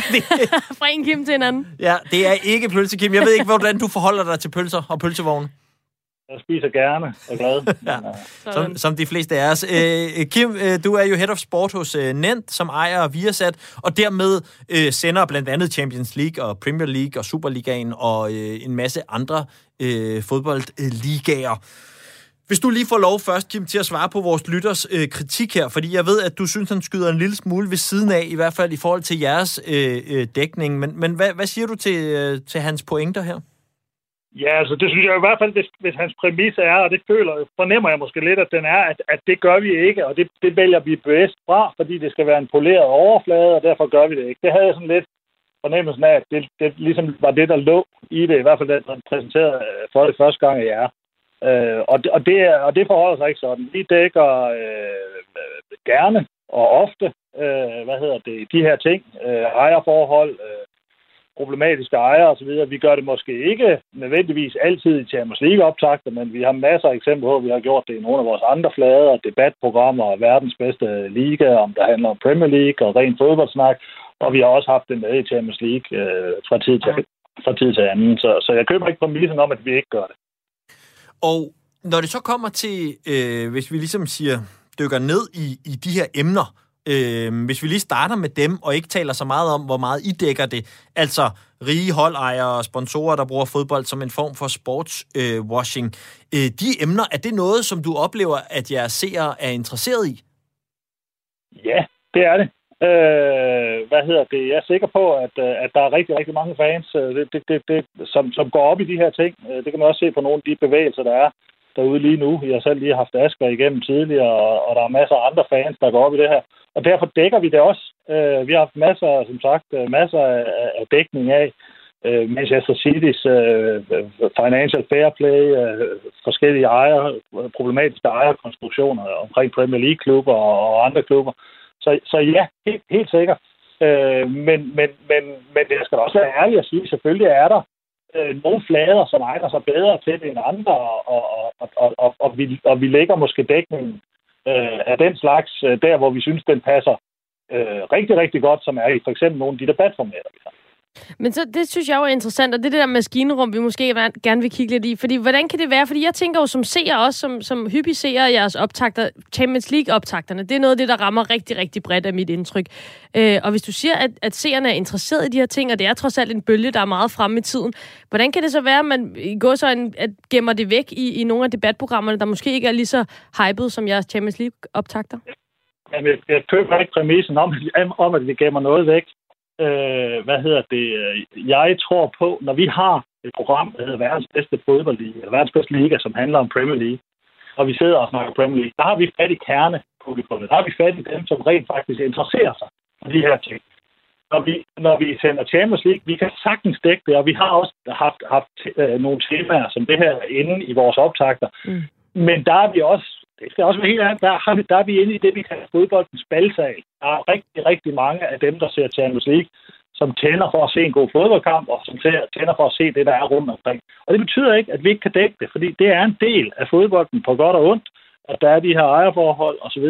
B: Fra en Kim til en anden.
A: Ja, det er ikke pølse, Kim. Jeg ved ikke, hvordan du forholder dig til pølser og pølsevogne.
G: Jeg spiser gerne og glad.
A: ja, som, som de fleste af os. Øh, Kim, øh, du er jo head of sport hos øh, Nent, som ejer Viasat, og dermed øh, sender blandt andet Champions League og Premier League og Superligaen og øh, en masse andre øh, fodboldligaer. Hvis du lige får lov først, Kim, til at svare på vores lytters øh, kritik her, fordi jeg ved, at du synes, han skyder en lille smule ved siden af, i hvert fald i forhold til jeres øh, øh, dækning. Men, men hvad, hvad siger du til, øh, til hans pointer her?
G: Ja, altså det synes jeg i hvert fald, hvis, hvis hans præmis er, og det føler, fornemmer jeg måske lidt, at den er, at, at det gør vi ikke, og det, det vælger vi bevidst fra, fordi det skal være en poleret overflade, og derfor gør vi det ikke. Det havde jeg sådan lidt fornemmelsen af, at det, det ligesom var det, der lå i det, i hvert fald den præsenteret for det første gang i jer. Øh, og, det, og, det, og det forholder sig ikke sådan. Vi dækker øh, gerne og ofte, øh, hvad hedder det, de her ting, øh, ejerforhold, øh, problematiske ejere osv. Vi gør det måske ikke nødvendigvis altid i Champions League-optakter, men vi har masser af eksempler på, at vi har gjort det i nogle af vores andre flader, debatprogrammer og verdens bedste liga, om der handler om Premier League og ren fodboldsnak, og vi har også haft det med i Champions League øh, fra, tid til, fra tid til anden. Så, så jeg køber ikke præmissen om, at vi ikke gør det.
A: Og når det så kommer til, øh, hvis vi ligesom siger, dykker ned i, i de her emner, Øh, hvis vi lige starter med dem, og ikke taler så meget om, hvor meget I dækker det, altså rige holdejere og sponsorer, der bruger fodbold som en form for sportswashing. Øh, øh, de emner, er det noget, som du oplever, at jeres seere er interesseret i?
G: Ja, det er det. Øh, hvad hedder det? Jeg er sikker på, at, at der er rigtig, rigtig mange fans, det, det, det, det, som, som går op i de her ting. Det kan man også se på nogle af de bevægelser, der er derude lige nu. Jeg har selv lige haft Asger igennem tidligere, og, og der er masser af andre fans, der går op i det her. Og derfor dækker vi det også. Uh, vi har haft masser, som sagt, masser af, af dækning af uh, Manchester City's uh, financial fair play, uh, forskellige ejere, problematiske ejerkonstruktioner omkring Premier League-klubber og, og andre klubber. Så, så ja, helt, helt sikkert. Uh, men, men, men, men det skal også være ærligt at sige, selvfølgelig er der nogle flader, som egner sig bedre til det end andre, og, og, og, og, og, vi, og vi lægger måske dækningen øh, af den slags, øh, der hvor vi synes, den passer øh, rigtig, rigtig godt, som er i for eksempel nogle af de debatformater, vi har.
B: Men så, det synes jeg jo er interessant, og det er det der maskinrum, vi måske gerne vil kigge lidt i. Fordi hvordan kan det være? Fordi jeg tænker jo som seer også, som, som hyppig seer af jeres optakter, Champions League-optakterne, det er noget af det, der rammer rigtig, rigtig bredt af mit indtryk. Øh, og hvis du siger, at, at seerne er interesseret i de her ting, og det er trods alt en bølge, der er meget fremme i tiden, hvordan kan det så være, at man går så en, at gemmer det væk i, i nogle af debatprogrammerne, der måske ikke er lige så hyped som jeres Champions League-optakter?
G: Jamen, jeg, jeg køber ikke præmissen om, om, at vi gemmer noget væk. Øh, hvad hedder det? Jeg tror på, når vi har et program, der hedder verdens bedste fodboldliga, eller verdens bedste liga, som handler om Premier League, og vi sidder og snakker Premier League, der har vi fat i kernepublikummet. Der har vi fat i dem, som rent faktisk interesserer sig for de her ting. Når vi, når vi sender Champions League, vi kan sagtens dække det, og vi har også haft, haft øh, nogle temaer som det her inde i vores optakter. Mm. Men der er vi også, det skal også være helt andet, der, har vi, der er vi inde i det, vi kalder fodboldens balsal. Der er rigtig, rigtig mange af dem, der ser Champions League, som tænder for at se en god fodboldkamp, og som tænder for at se det, der er rundt omkring. Og det betyder ikke, at vi ikke kan dække det, fordi det er en del af fodbolden på godt og ondt, at der er de her ejerforhold osv.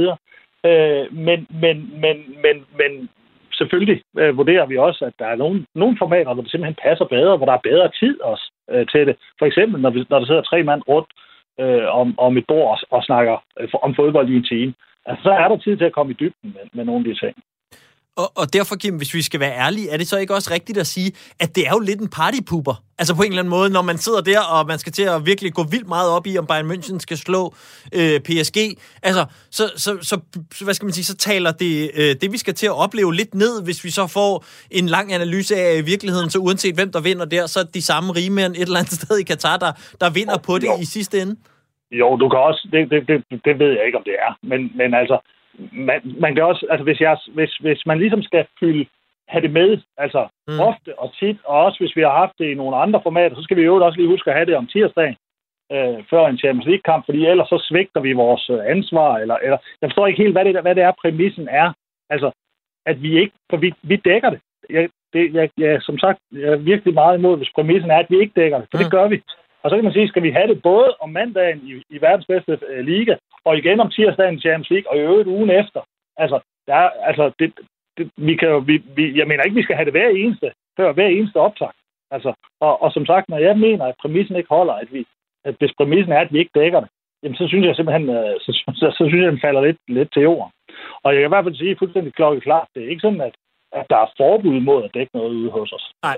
G: Øh, men, men, men, men, men selvfølgelig øh, vurderer vi også, at der er nogle, nogle formater, hvor det simpelthen passer bedre, hvor der er bedre tid også øh, til det. For eksempel, når, vi, når der sidder tre mand rundt øh, om, om et bord og, og snakker øh, om fodbold i en time. Altså, så er der tid til at komme i dybden med, med nogle af de ting.
A: Og, og derfor, Kim, hvis vi skal være ærlige, er det så ikke også rigtigt at sige, at det er jo lidt en partypooper? Altså på en eller anden måde, når man sidder der, og man skal til at virkelig gå vildt meget op i, om Bayern München skal slå øh, P S G. Altså, så, så, så, så, hvad skal man sige, så taler det, øh, det, vi skal til at opleve lidt ned, hvis vi så får en lang analyse af virkeligheden, så uanset hvem der vinder der, så er de samme rigmænd et eller andet sted i Katar, der, der vinder på det jo i sidste ende.
G: Jo, du kan også, det, det, det, det ved jeg ikke, om det er, men, men altså, Man, man kan også, altså hvis, jeg, hvis, hvis man ligesom skal fylde, have det med, altså mm. ofte og tit, og også hvis vi har haft det i nogle andre formater, så skal vi jo også lige huske at have det om tirsdagen, øh, før en Champions League-kamp, fordi ellers så svigter vi vores ansvar, eller, eller jeg forstår ikke helt, hvad det, hvad det er, præmissen er, altså, at vi ikke, for vi, vi dækker det. Jeg, det jeg, jeg, som sagt, jeg er virkelig meget imod, hvis præmissen er, at vi ikke dækker det, for mm. det gør vi. Og så kan man sige, skal vi have det både om mandagen i, i verdens bedste øh, liga, og igen om tirsdagen i Champions League, og i øvrigt ugen efter. Altså, der er, altså det, det, vi kan jo, vi, vi, jeg mener ikke, vi skal have det hver eneste, før hver eneste optag. Altså, og, og som sagt, når jeg mener, at præmissen ikke holder, at, vi, at hvis præmissen er, at vi ikke dækker det, jamen så synes jeg simpelthen, øh, så, så, så synes jeg, den falder lidt, lidt til jorden. Og jeg kan i hvert fald sige fuldstændig klokkeklart, det er ikke sådan, at, at der er forbud mod at dække noget ude hos os.
A: Nej.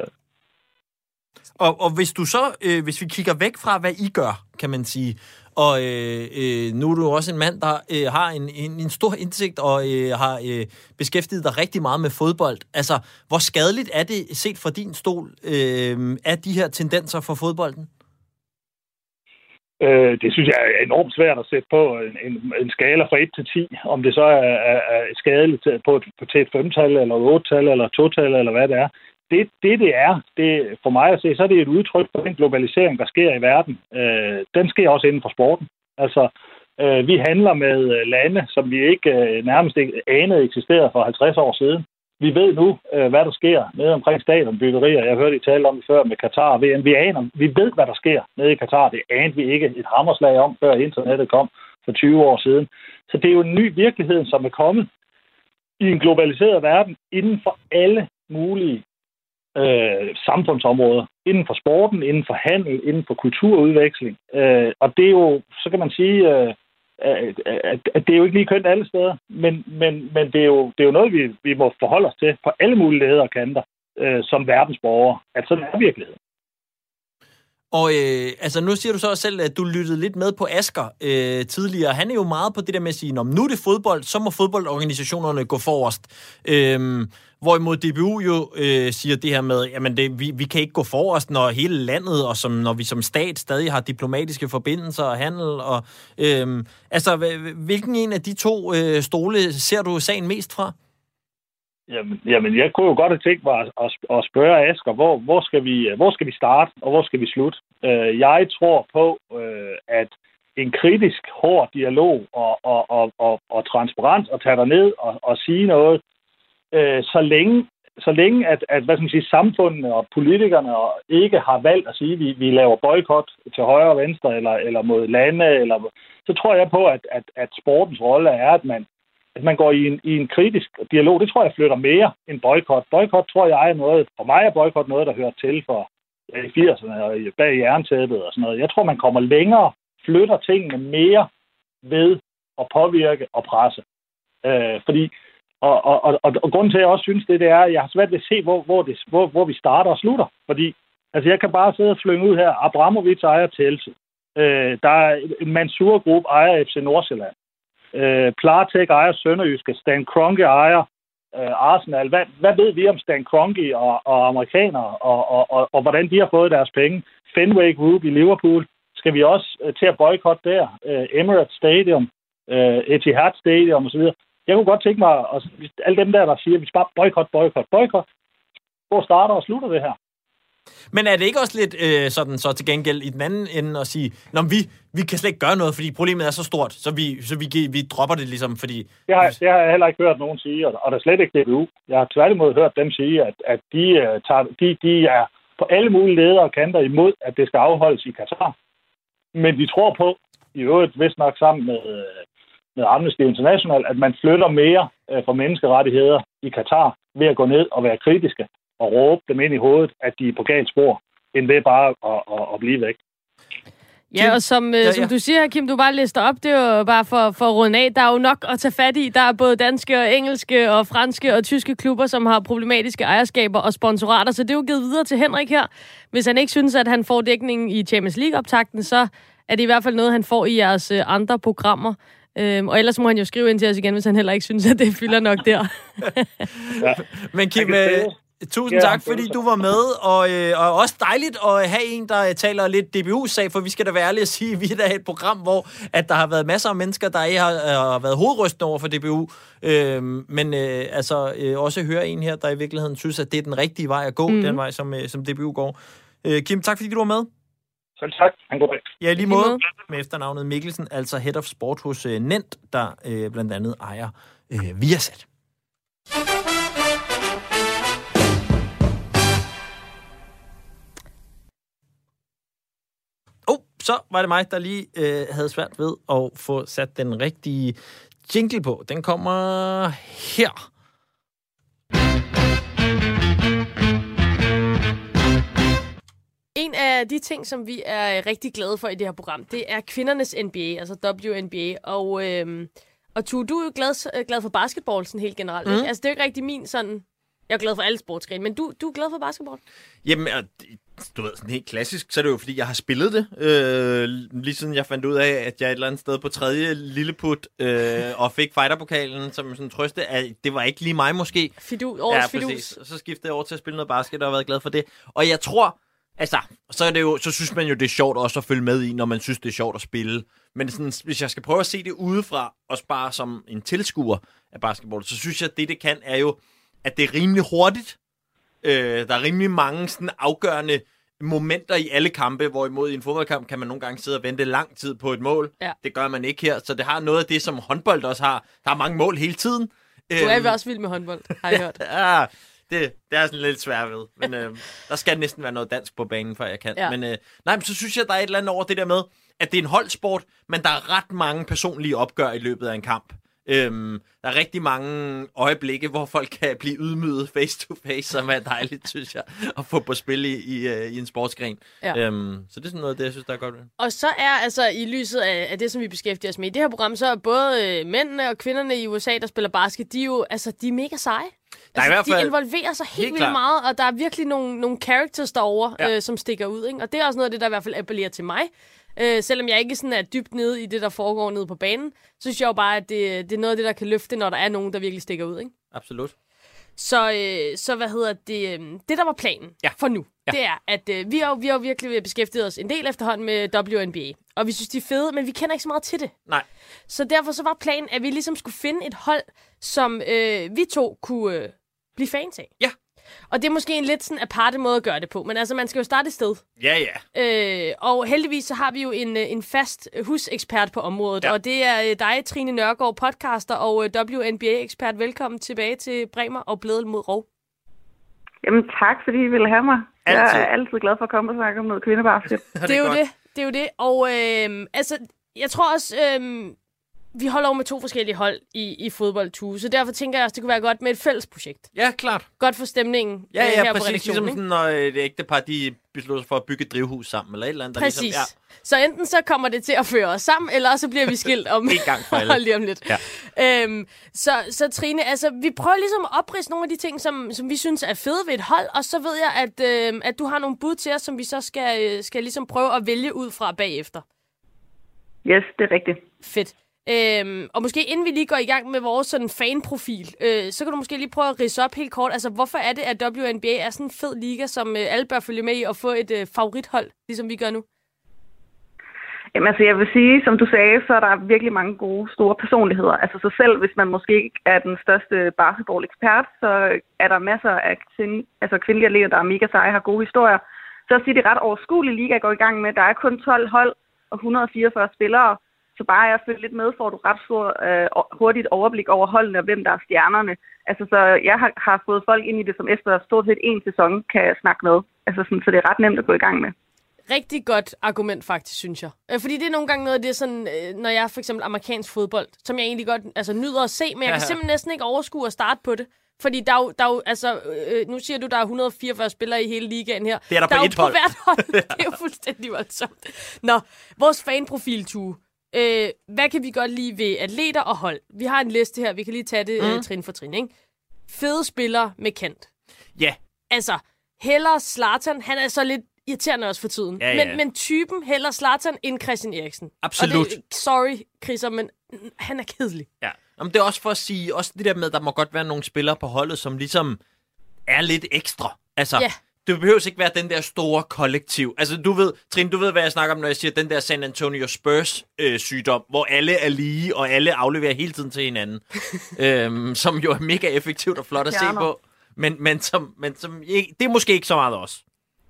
A: Og, og hvis du så, øh, hvis vi kigger væk fra, hvad I gør, kan man sige, og øh, øh, nu er du også en mand, der øh, har en, en, en stor indsigt og øh, har øh, beskæftiget dig rigtig meget med fodbold. Altså, hvor skadeligt er det set fra din stol øh, af de her tendenser for fodbolden?
G: Øh, det synes jeg er enormt svært at sætte på en, en, en skala fra et til ti, om det så er, er, er skadeligt på et, på et femtal eller et otte-tal eller et to-tal eller hvad det er. Det, det, det er, det, for mig at se, så er det et udtryk for den globalisering, der sker i verden. Øh, den sker også inden for sporten. Altså, øh, vi handler med lande, som vi ikke øh, nærmest ikke anede eksisterede for halvtreds år siden. Vi ved nu, øh, hvad der sker nede omkring stadionbyggerier. Jeg hørte I tale om det før med Katar og V M. Vi aner, vi ved, hvad der sker nede i Katar. Det anede vi ikke et hammerslag om, før internettet kom for tyve år siden. Så det er jo en ny virkelighed, som er kommet i en globaliseret verden inden for alle mulige Øh, samfundsområder. Inden for sporten, inden for handel, inden for kulturudveksling. Øh, og det er jo, så kan man sige, øh, at, at det er jo ikke lige kønt alle steder, men, men, men det, er jo, det er jo noget, vi, vi må forholde os til på alle mulige leder og kanter, øh, som verdensborgere, at sådan er virkeligheden.
A: Og øh, altså nu siger du så også selv, at du lyttede lidt med på Asger øh, tidligere. Han er jo meget på det der med at sige, når nu er det fodbold, så må fodboldorganisationerne gå forrest. Øh, hvorimod D B U jo øh, siger det her med, jamen det, vi, vi kan ikke gå forrest, når hele landet, og som, når vi som stat stadig har diplomatiske forbindelser og handel. Og, øh, altså, hvilken en af de to øh, stole ser du sagen mest fra?
G: Jamen, jamen, jeg kunne jo godt have tænkt mig at, at, at spørge Asger, hvor, hvor, skal vi, hvor skal vi starte, og hvor skal vi slutte? Uh, jeg tror på, uh, at en kritisk, hård dialog og, og, og, og, og transparens, og tage ned og, og sige noget, uh, så længe, så længe at, at hvad skal man sige, samfundene og politikerne ikke har valgt at sige, at vi, vi laver boykot til højre og venstre, eller, eller mod lande, eller, så tror jeg på, at, at, at sportens rolle er, at man at man går i en, i en kritisk dialog, det tror jeg flytter mere end boykot. Boykot tror jeg er noget, for mig er boykot noget, der hører til for ja, i firserne og bag jerntæppet og sådan noget. Jeg tror, man kommer længere, flytter tingene mere ved at påvirke og presse. Øh, fordi, og, og, og, og grunden til, at jeg også synes det, det er, at jeg har svært ved at se, hvor, hvor, det, hvor, hvor vi starter og slutter. Fordi altså, jeg kan bare sidde og slynge ud her. Abramovic ejer Chelsea. Øh, der er en Mansour Group ejer F C Nordsjælland. Øh, Plartek ejer Sønderjyske. Stan Kroenke ejer øh, Arsenal. Hvad, hvad ved vi om Stan Kroenke og, og amerikanere, og, og, og, og hvordan de har fået deres penge? Fenway Group i Liverpool. Skal vi også øh, til at boykotte der? Øh, Emirates Stadium, øh, Etihad Stadium osv. Jeg kunne godt tænke mig, at alle dem der, der siger, at vi skal bare boykot, boykot, boykot. Hvor starter og slutter det her?
A: Men er det ikke også lidt øh, sådan så til gengæld i den anden ende at sige, når vi, vi kan slet ikke gøre noget, fordi problemet er så stort, så vi, så vi, vi dropper det ligesom, fordi...
G: Det har, det har jeg heller ikke hørt nogen sige, og, og der er slet ikke D B U. Jeg har tværtimod hørt dem sige, at, at de, uh, tager, de, de er på alle mulige ledere og kanter imod, at det skal afholdes i Katar. Men vi tror på, i øvrigt vist nok sammen med, med Amnesty International, at man flytter mere uh, for menneskerettigheder i Katar ved at gå ned og være kritiske og råbe dem ind i hovedet, at de er på galt spor, end ved bare at, at, at blive væk.
B: Ja, og som, øh, ja, ja. som du siger, Kim, du bare lister op, det er jo bare for, for at runde af. Der er jo nok at tage fat i. Der er både danske og engelske og franske og tyske klubber, som har problematiske ejerskaber og sponsorater, så det er jo givet videre til Henrik her. Hvis han ikke synes, at han får dækningen i Champions League-optakten, så er det i hvert fald noget, han får i jeres øh, andre programmer. Øhm, og ellers må han jo skrive ind til os igen, hvis han heller ikke synes, at det fylder nok der.
A: Ja. Men Kim... Tusind ja, tak, fordi du var med, og, øh, og også dejligt at have en, der taler lidt D B U-sag, for vi skal da være ærlige at sige, at vi er da et program, hvor at der har været masser af mennesker, der ikke har, har været hovedrystende over for D B U, øh, men øh, altså øh, også høre en her, der i virkeligheden synes, at det er den rigtige vej at gå, mm. den vej, som, øh, som D B U går. Øh, Kim, tak fordi du var med.
G: Selv tak. Han går væk.
A: Ja, lige måde med efternavnet Mikkelsen, altså Head of Sport hos øh, Nent, der øh, blandt andet ejer øh, Viasat. Så var det mig, der lige øh, havde svært ved at få sat den rigtige jingle på. Den kommer her.
B: En af de ting, som vi er rigtig glade for i det her program, det er kvindernes N B A, altså W N B A. Og, øh, og Tue, du er jo glad, glad for basketball sådan helt generelt. Mm. Ikke? Altså, det er jo ikke rigtig min sådan... Jeg er glad for alle sportsgrene, men du, du er glad for basketball?
A: Jamen, du ved, sådan helt klassisk, så er det jo, fordi jeg har spillet det. Øh, lige siden jeg fandt ud af, at jeg et eller andet sted på tredje lilleput øh, og fik fighterpokalen som sådan trøste, at det var ikke lige mig måske.
B: Fidu, årets
A: ja, præcis. Og så skiftede jeg over til at spille noget basket, og har været glad for det. Og jeg tror, altså, så, er det jo, så synes man jo, det er sjovt også at følge med i, når man synes, det er sjovt at spille. Men sådan, hvis jeg skal prøve at se det udefra, også bare som en tilskuer af basketball, så synes jeg, at det, det kan, er jo, at det er rimelig hurtigt. Øh, der er rimelig mange sådan afgørende momenter i alle kampe, hvorimod i en fodboldkamp kan man nogle gange sidde og vente lang tid på et mål. Ja. Det gør man ikke her, så det har noget af det, som håndbold også har. Der er mange mål hele tiden.
B: Du er øhm, også vild med håndbold, har jeg hørt.
A: Ja, det, det er sådan lidt svært ved. Men øh, der skal næsten være noget dansk på banen, før jeg kan. Ja. Men, øh, nej, men så synes jeg, der er et eller andet over det der med, at det er en holdsport, men der er ret mange personlige opgør i løbet af en kamp. Øhm, der er rigtig mange øjeblikke, hvor folk kan blive ydmyget face to face, som er dejligt, synes jeg, at få på spil i, i, i en sportsgren. Ja. Øhm, så det er sådan noget, det jeg synes, der er godt ved.
B: Og så er altså i lyset af, af det, som vi beskæftiger os med i det her program, så er både øh, mændene og kvinderne i U S A, der spiller basket, de er jo altså, de er mega seje. Altså, i hvert fald, de involverer sig helt, helt vildt meget, og der er virkelig nogle, nogle characters derovre, ja. øh, som stikker ud. Ikke? Og det er også noget af det, der i hvert fald appellerer til mig. Øh, selvom jeg ikke sådan er dybt nede i det, der foregår nede på banen, så synes jeg jo bare, at det, det er noget af det, der kan løfte, når der er nogen, der virkelig stikker ud. Ikke?
A: Absolut.
B: Så, øh, så hvad hedder det? Det, der var planen ja. for nu, ja. det er, at øh, vi har vi har virkelig beskæftiget os en del efterhånden med W N B A. Og vi synes, de er fede, men vi kender ikke så meget til det.
A: Nej.
B: Så derfor så var planen, at vi ligesom skulle finde et hold, som øh, vi to kunne øh, blive fans af.
A: Ja.
B: Og det er måske en lidt sådan aparte måde at gøre det på, men altså, man skal jo starte et sted.
A: Ja, ja.
B: Øh, og heldigvis så har vi jo en, en fast husekspert på området, ja. og det er dig, Trine Nørgaard, podcaster og W N B A-ekspert. Velkommen tilbage til Bremer og Bledel mod Rov.
H: Jamen tak, fordi I ville have mig.
A: Altid.
H: Jeg er altid glad for at komme og snakke om noget kvindebasket.
B: det, det er jo det, det er jo det. Og øh, altså, jeg tror også... Øh, vi holder jo med to forskellige hold i, i fodboldtue, så derfor tænker jeg også, det kunne være godt med et fælles projekt.
A: Ja, klart.
B: Godt for stemningen
A: ja, ja,
B: øh, her
A: præcis,
B: på redaktionen.
A: Ligesom sådan, når et ægtepar, de beslutter sig for at bygge et drivhus sammen, eller et eller andet. Der
B: præcis.
A: Ligesom, ja.
B: Så enten så kommer det til at føre os sammen, eller så bliver vi skilt om
A: en gang for alle.
B: lige om lidt. Ja. Øhm, så, så Trine, altså, vi prøver ligesom at opridse nogle af de ting, som, som vi synes er fede ved et hold, og så ved jeg, at, øh, at du har nogle bud til os, som vi så skal, skal ligesom prøve at vælge ud fra bagefter.
H: Yes, det er rigtigt.
B: Fedt. Øhm, og måske inden vi lige går i gang med vores sådan fanprofil, øh, så kan du måske lige prøve at ridse op helt kort. Altså, hvorfor er det, at W N B A er sådan en fed liga, som øh, alle bør følge med i og få et øh, favorithold, ligesom vi gør nu?
H: Jamen altså, jeg vil sige, som du sagde, så er der virkelig mange gode, store personligheder. Altså, så selv hvis man måske ikke er den største basketball-ekspert, så er der masser af kvinde, altså kvindelige atleter, der er mega seje, har gode historier. Så at sige, det er ret overskuelig liga at gå i gang med. Der er kun tolv hold og et hundrede og fireogfyrre spillere. Så bare jeg følger lidt med, får du ret stor, øh, hurtigt overblik over holdene og hvem der er stjernerne. Altså, så jeg har, har fået folk ind i det, som efter stort set en sæson kan snakke med. Altså, sådan, så det er ret nemt at gå i gang med.
B: Rigtig godt argument, faktisk, synes jeg. Fordi det er nogle gange noget af det, sådan, når jeg er for eksempel amerikansk fodbold, som jeg egentlig godt altså, nyder at se, men jeg kan simpelthen næsten ikke overskue at starte på det. Fordi der er jo, der er jo altså, øh, nu siger du, der er et hundrede og fireogfyrre spillere i hele ligaen her.
A: Det er der, der på
B: er
A: et hold.
B: På hvert hold. Det er jo fuldstændig voldsomt. Nå, vores fanprofiltue. Øh, hvad kan vi godt lide ved atleter og hold? Vi har en liste her, vi kan lige tage det mm. øh, trin for trin, ikke? Fede spillere med kant.
A: Ja. Yeah.
B: Altså, heller Zlatan, han er så lidt irriterende også for tiden.
A: Ja, ja.
B: Men, men typen heller Zlatan end Christian Eriksen.
A: Absolut.
B: Det, sorry, Chriser, men han er kedelig.
A: Ja. Jamen, det er også for at sige, også det der med, at der må godt være nogle spillere på holdet, som ligesom er lidt ekstra. Altså, ja. Det behøver ikke være den der store kollektiv. Altså, du ved, Trine, du ved, hvad jeg snakker om, når jeg siger den der San Antonio Spurs-sygdom, øh, hvor alle er lige, og alle afleverer hele tiden til hinanden. øhm, som jo er mega effektivt og flot at se på. Men, men, som, men som, det er måske ikke så meget også.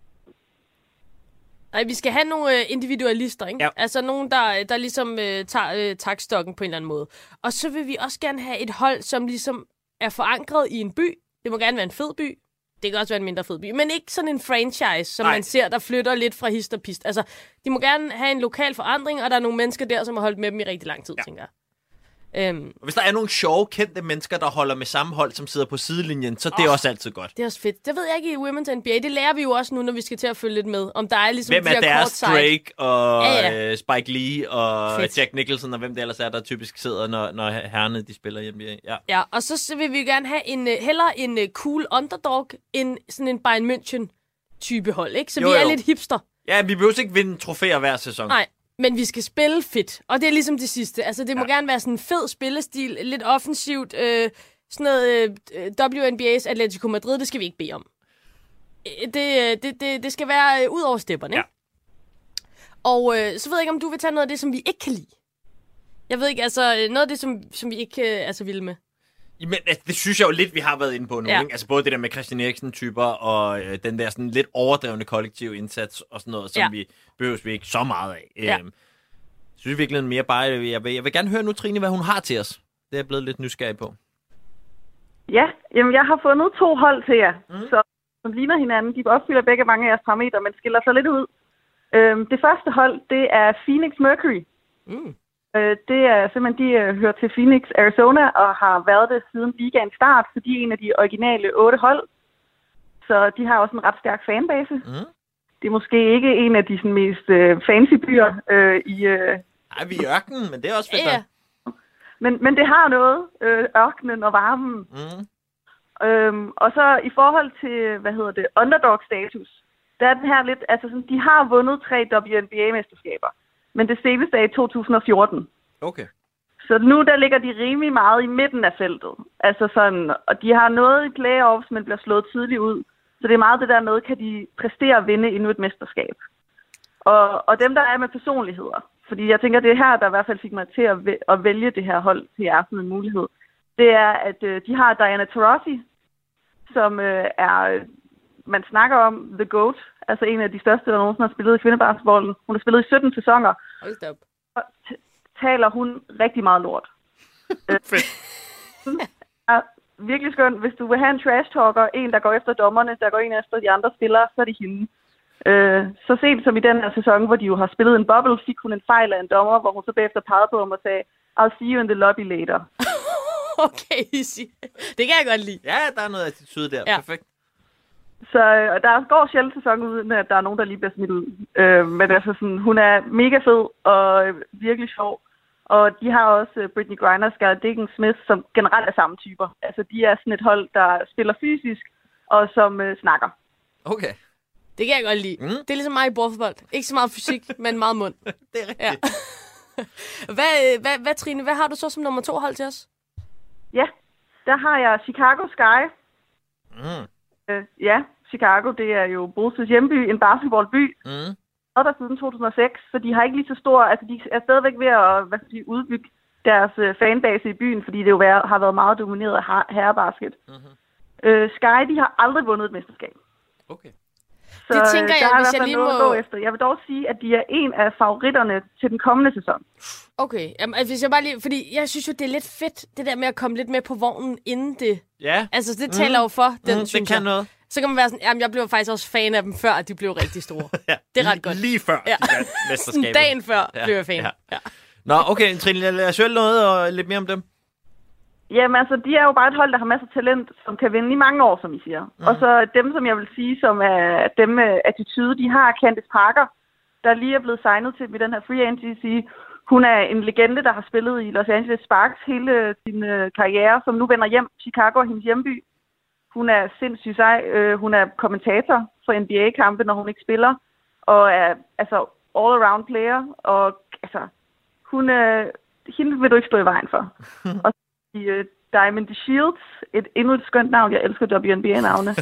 B: Nej, vi skal have nogle øh, individualister, ikke?
A: Ja.
B: Altså nogen, der, der ligesom øh, tager øh, taktstokken på en eller anden måde. Og så vil vi også gerne have et hold, som ligesom er forankret i en by. Det må gerne være en fed by. Det kan også være en mindre fed by. Men ikke sådan en franchise, som Ej. man ser, der flytter lidt fra hist og pist. Altså, de må gerne have en lokal forandring, og der er nogle mennesker der, som har holdt med dem i rigtig lang tid, ja. tænker jeg.
A: Øhm, Hvis der er nogle sjove, kendte mennesker, der holder med samme hold, som sidder på sidelinjen, så oh, det er også altid godt.
B: Det er også fedt. Det ved jeg ikke i Women's N B A. Det lærer vi jo også nu, når vi skal til at følge lidt med. Om der er ligesom
A: hvem er
B: de
A: deres Drake og
B: ja, ja.
A: Uh, Spike Lee og
B: fedt.
A: Jack Nicholson og hvem det ellers er, der typisk sidder, når, når herrerne de spiller i N B A. Ja.
B: ja, og så vil vi gerne have en hellere en cool underdog end sådan en Bayern München-type hold, ikke? Så jo, vi er jo. lidt hipster.
A: Ja, vi behøver ikke vinde trofæer hver sæson.
B: Nej. Men vi skal spille fedt, og det er ligesom det sidste. Altså, det må ja. gerne være sådan en fed spillestil, lidt offensivt. Øh, sådan noget øh, W N B A's Atletico Madrid, det skal vi ikke bede om. Det, det, det, det skal være øh, ud over stepperne, ikke? Ja. Og øh, så ved jeg ikke, om du vil tage noget af det, som vi ikke kan lide. Jeg ved ikke, altså noget af det, som, som vi ikke øh, er så vilde med.
A: Jamen, altså, det synes jeg jo lidt, vi har været inde på nu, ja. ikke? Altså både det der med Christian Eriksen-typer og øh, den der sådan lidt overdrevne kollektive indsats og sådan noget, som ja. vi behøver vi ikke så meget af. Ja. Øhm, jeg synes virkelig mere bare, jeg vil, jeg vil gerne høre nu, Trine, hvad hun har til os. Det er jeg blevet lidt nysgerrig på.
H: Ja, jamen jeg har fundet to hold til jer, mm. så, som ligner hinanden. De opfylder begge mange af jeres parametre, men skiller sig lidt ud. Øhm, det første hold, det er Phoenix Mercury. Mm. Det er simpelthen, de hører til Phoenix, Arizona, og har været det siden ligaens start, så de er en af de originale otte hold. Så de har også en ret stærk fanbase. Mm. Det er måske ikke en af de sådan, mest uh, fancy byer uh, i... Uh...
A: Nej, vi er i ørkenen, men det er også fedt. Yeah.
H: Men, men det har noget, uh, ørkenen og varmen. Mm. Øhm, og så i forhold til, hvad hedder det, underdog-status, der er den her lidt... Altså, sådan, de har vundet tre W N B A-mesterskaber. Men det seneste er i to tusind og fjorten.
A: Okay.
H: Så nu der ligger de rimelig meget i midten af feltet. Altså sådan, og de har noget i playoffs, men bliver slået tidligt ud. Så det er meget det der med, kan de præstere at vinde endnu et mesterskab. Og, og dem, der er med personligheder. Fordi jeg tænker, det er her, der i hvert fald fik mig til at, væ- at vælge det her hold til aften en mulighed. Det er, at øh, de har Diana Taurasi, som øh, er... Man snakker om The GOAT, altså en af de største, der nogensinde har spillet i kvindebasketballen. Hun har spillet i sytten sæsoner.
B: Hold da op.
H: Og t- taler hun rigtig meget lort. Fedt. er virkelig skønt. Hvis du vil have en trash-talker, en, der går efter dommerne, der går en efter de andre spillere, så er det hende. Øh, så sent som i den her sæson, hvor de jo har spillet en bubble, fik hun en fejl af en dommer, hvor hun så bagefter pegede på ham og sagde, I'll see you in the lobby later.
B: Okay, easy. Det kan jeg godt lide.
A: Ja, der er noget attitude der. Ja. Perfekt.
H: Så øh, der går sjældent sæson uden, at der er nogen, der lige bliver smidt ud. Øh, men altså sådan, hun er mega fed og øh, virkelig sjov. Og de har også uh, Brittany Griner og Scarlett Diggins Smith, som generelt er samme typer. Altså, de er sådan et hold, der spiller fysisk og som uh, snakker.
A: Okay.
B: Det kan jeg godt lide. Mm. Det er ligesom mig i bordfodbold. Ikke så meget fysik, men meget mund.
A: Det er rigtigt.
B: Ja. hvad, hvad, hvad, Trine, hvad har du så som nummer to hold til os?
H: Ja, der har jeg Chicago Sky.
A: Mm.
H: Uh, ja, Chicago, det er jo Bulls' hjemby, en basketballby.
A: Mm.
H: Og der siden to tusind og seks, så de har ikke lige så stor, altså de er stadigvæk ved at hvad skal jeg sige, udbygge deres uh, fanbase i byen, fordi det jo vær, har været meget domineret af herrebasket. Mm-hmm. Uh, Sky, de har aldrig vundet et mesterskab.
A: Okay.
H: Så
B: det tænker jeg, hvis jeg lige må...
H: gå efter. Jeg vil dog sige, at de er en af favoritterne til den kommende sæson.
B: Okay, Jamen, altså, hvis jeg bare lige... Fordi jeg synes jo, det er lidt fedt, det der med at komme lidt med på vognen inden det.
A: Ja.
B: Altså, det taler mm. jo for den,
A: mm,
B: synes
A: det kan
B: jeg.
A: noget.
B: Så kan man være sådan, jamen jeg blev faktisk også fan af dem, før at de blev rigtig store.
A: Ja.
B: Det er ret godt.
A: Lige før
B: ja.
A: de vandt mesterskabet.
B: Dagen før
A: ja.
B: blev jeg fan.
A: Ja.
B: Ja.
A: Nå, okay, Trine, lad os høre noget og lidt mere om dem.
H: Jamen altså, de er jo bare et hold, der har masser af talent, som kan vinde i mange år, som I siger. Mm. Og så dem, som jeg vil sige, som er dem med attitude, de har Candace Parker, der lige er blevet signet til med den her free agency. Hun er en legende, der har spillet i Los Angeles Sparks hele sin øh, karriere, som nu vender hjem. Chicago er hendes hjemby. Hun er sindssygt sej. Øh, hun er kommentator for N B A-kampe, når hun ikke spiller. Og er altså all-around player. Og altså, hun øh, hende vil du ikke stå i vejen for. Og i øh, Diamond the Shields, et endnu et skønt navn. Jeg elsker W N B A-navne.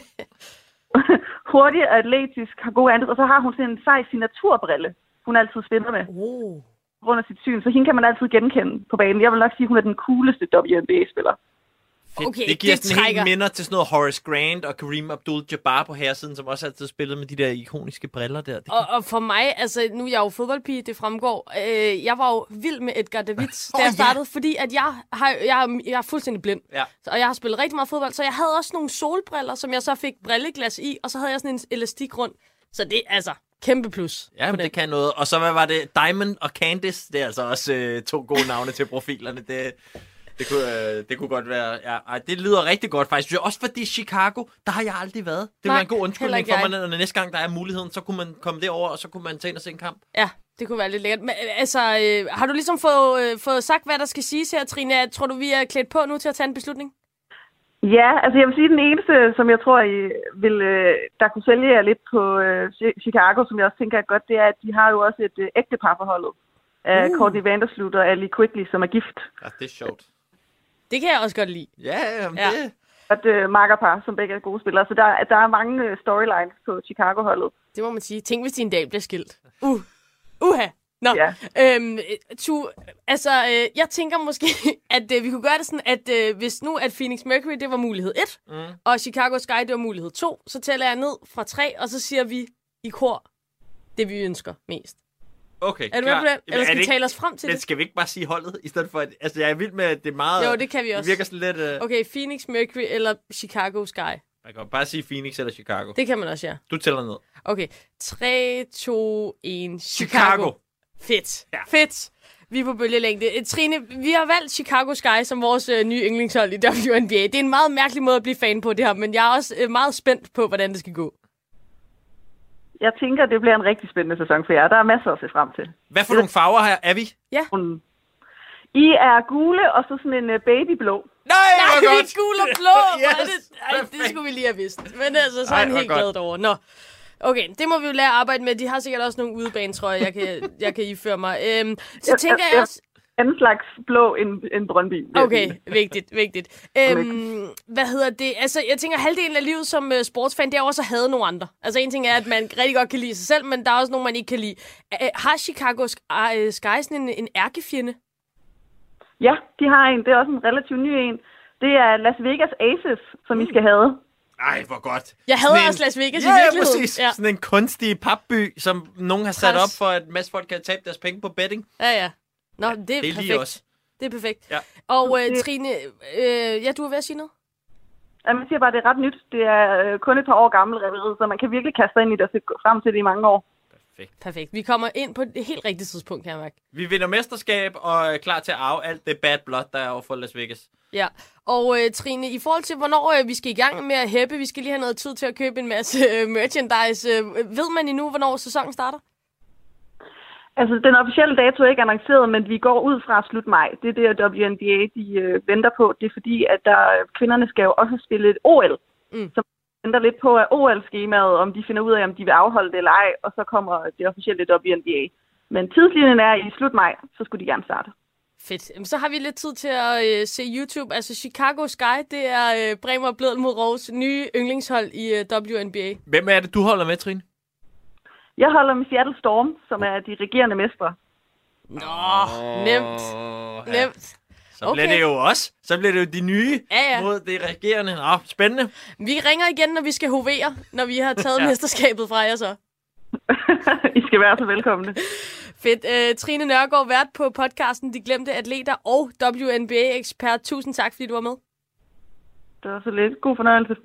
H: Hurtig og atletisk, har god andet. Og så har hun sådan en sej signaturbrille, hun altid spiller med.
B: Oh.
H: På grund af sit syn. Så hende kan man altid genkende på banen. Jeg vil nok sige, at hun er den cooleste W N B A-spiller.
B: Okay,
A: det giver
B: det
A: sådan
B: trækker.
A: helt minder til sådan noget Horace Grant og Kareem Abdul-Jabbar på herresiden, som også altid spillede med de der ikoniske briller der. Det kan...
B: og, og for mig, altså nu er jeg jo fodboldpige, det fremgår. Øh, jeg var jo vild med Edgar Davids, da
A: oh,
B: jeg startede,
A: yeah.
B: fordi at jeg, har, jeg, jeg er fuldstændig blind.
A: Ja.
B: Og jeg har spillet rigtig meget fodbold, så jeg havde også nogle solbriller, som jeg så fik brilleglas i, og så havde jeg sådan en elastik rundt. Så det er altså kæmpe plus.
A: Ja, men det kan noget. Og så hvad var det? Diamond og Candice, det er altså også øh, to gode navne til profilerne. Det... Det kunne, øh, det kunne godt være... Ja, ej, det lyder rigtig godt, faktisk. Også fordi Chicago, der har jeg aldrig været. Det var en god undskyldning for mig, når næste gang der er muligheden, så kunne man komme derover, og så kunne man tage ind og se en kamp.
B: Ja, det kunne være lidt lækkert. Men altså, øh, har du ligesom fået, øh, fået sagt, hvad der skal siges her, Trine? Tror du, vi er klædt på nu til at tage en beslutning?
H: Ja, altså jeg vil sige, den eneste, som jeg tror, I vil, øh, der kunne sælge jer lidt på øh, Chicago, som jeg også tænker er godt, det er, at de har jo også et øh, ægte parforholdet af uh. Courtney Vandersloot og Ali Quigley, som er gift.
A: Ja, det er sjovt.
B: Det kan jeg også godt lide.
A: Ja, jamen
B: ja.
A: det...
H: Og et øh, makkerpar, som begge er gode spillere. Så der, der er mange øh, storylines på Chicago-holdet.
B: Det må man sige. Tænk, hvis din dag bliver skilt. Uh. Uha. Nå.
H: Ja.
B: Øhm, tu, altså, øh, jeg tænker måske, at øh, vi kunne gøre det sådan, at øh, hvis nu, at Phoenix Mercury, det var mulighed et, mm. og Chicago Sky, det var mulighed to, så tæller jeg ned fra tre, og så siger vi i kor, det vi ønsker mest.
A: Okay,
B: er du med på det? Eller skal vi tale os frem til
A: men
B: det?
A: skal vi ikke bare sige holdet, i stedet for at... Altså, jeg er vild med, at det er meget...
B: Jo, det kan vi også.
A: Det virker sådan lidt... Uh...
B: Okay, Phoenix Mercury eller Chicago Sky.
A: Man kan bare sige Phoenix eller Chicago.
B: Det kan man også, ja.
A: Du tæller ned.
B: Okay, tre, to, et, Chicago.
A: Chicago.
B: Fedt.
A: Ja.
B: Fedt. Vi er på bølgelængde. Trine, vi har valgt Chicago Sky som vores øh, nye yndlingshold i W N B A. Det er en meget mærkelig måde at blive fan på det her, men jeg er også øh, meget spændt på, hvordan det skal gå.
H: Jeg tænker, det bliver en rigtig spændende sæson for jer. Der er masser at se frem til.
A: Hvad for nogle farver her er vi?
B: Ja.
H: I er gule, og så sådan en uh, babyblå.
A: Nej,
B: Nej, vi er gule og blå.
A: Yes,
B: det, ej, det skulle vi lige have vidst. Men altså, så er
A: Ej,
B: han helt
A: godt.
B: glad derovre. Nå. Okay, det må vi jo lære at arbejde med. De har sikkert også nogle udebanetrøjer, jeg kan, jeg kan iføre mig. Øhm, så
H: jeg,
B: tænker jeg,
H: jeg
B: også...
H: anden slags blå end, end Brøndby.
B: Okay, vigtigt, vigtigt. Øhm, hvad hedder det? Altså, jeg tænker, halvdelen af livet som uh, sportsfan, det er også at have nogle andre. Altså, en ting er, at man rigtig godt kan lide sig selv, men der er også nogen, man ikke kan lide. Uh, har Chicago uh, Sky sådan en, en ærkefjende?
H: Ja, de har en. Det er også en relativt ny en. Det er Las Vegas Aces, som mm. I skal have.
A: Ej, hvor godt.
B: Jeg hader
A: sådan
B: også Las Vegas
A: ja,
B: i virkeligheden.
A: Ja, præcis. Ja. Sådan en kunstig papby, som nogen har sat
B: Pres.
A: op for, at en masse folk kan tabe deres penge på betting.
B: Ja, ja. Nå, det er,
A: det er
B: perfekt.
A: lige også.
B: Det er perfekt.
A: Ja.
B: Og uh, Trine, øh, ja, du er ved at sige noget?
H: Jamen, jeg siger bare, det er ret nyt. Det er øh, kun et par år gammelt reveriet, så man kan virkelig kaste sig ind i det og se frem til det i mange år.
A: Perfekt.
B: Perfekt. Vi kommer ind på et helt rigtigt tidspunkt, kan jeg mærke.
A: Vi vinder mesterskab og er klar til at arve alt det bad blood, der er over for Las Vegas.
B: Ja, og øh, Trine, i forhold til, hvornår øh, vi skal i gang med at hæppe, vi skal lige have noget tid til at købe en masse øh, merchandise. Øh, ved man endnu, hvornår sæsonen starter?
H: Altså, den officielle dato er ikke annonceret, men vi går ud fra slut maj. Det er det, W N B A de, øh, venter på. Det er fordi, at der, kvinderne skal jo også spille et O L, mm. som venter lidt på at O L-skemaet, om de finder ud af, om de vil afholde det eller ej, og så kommer det officielle W N B A. Men tidslinjen er i slut maj, så skulle de gerne starte.
B: Fedt. Jamen, så har vi lidt tid til at øh, se YouTube. Altså, Chicago Sky, det er øh, Bremer og Bledel mod Rovs nye yndlingshold i øh, W N B A.
A: Hvem er det, du holder med, Trine?
H: Jeg holder med Seattle Storm, som er de regerende mestre.
B: Nå, nemt.
A: Oh,
B: Nemt.
A: Så okay. bliver det jo også. Så bliver det jo de nye
B: ja, ja.
A: mod det regerende. Nå, spændende.
B: Vi ringer igen, når vi skal hovere, når vi har taget ja. mesterskabet fra jer så.
H: I skal være så velkomne.
B: Fedt. Uh, Trine Nørgaard, vært på podcasten De Glemte Atleter og W N B A-ekspert. Tusind tak, fordi du var med.
H: Det var så lidt. God fornøjelse.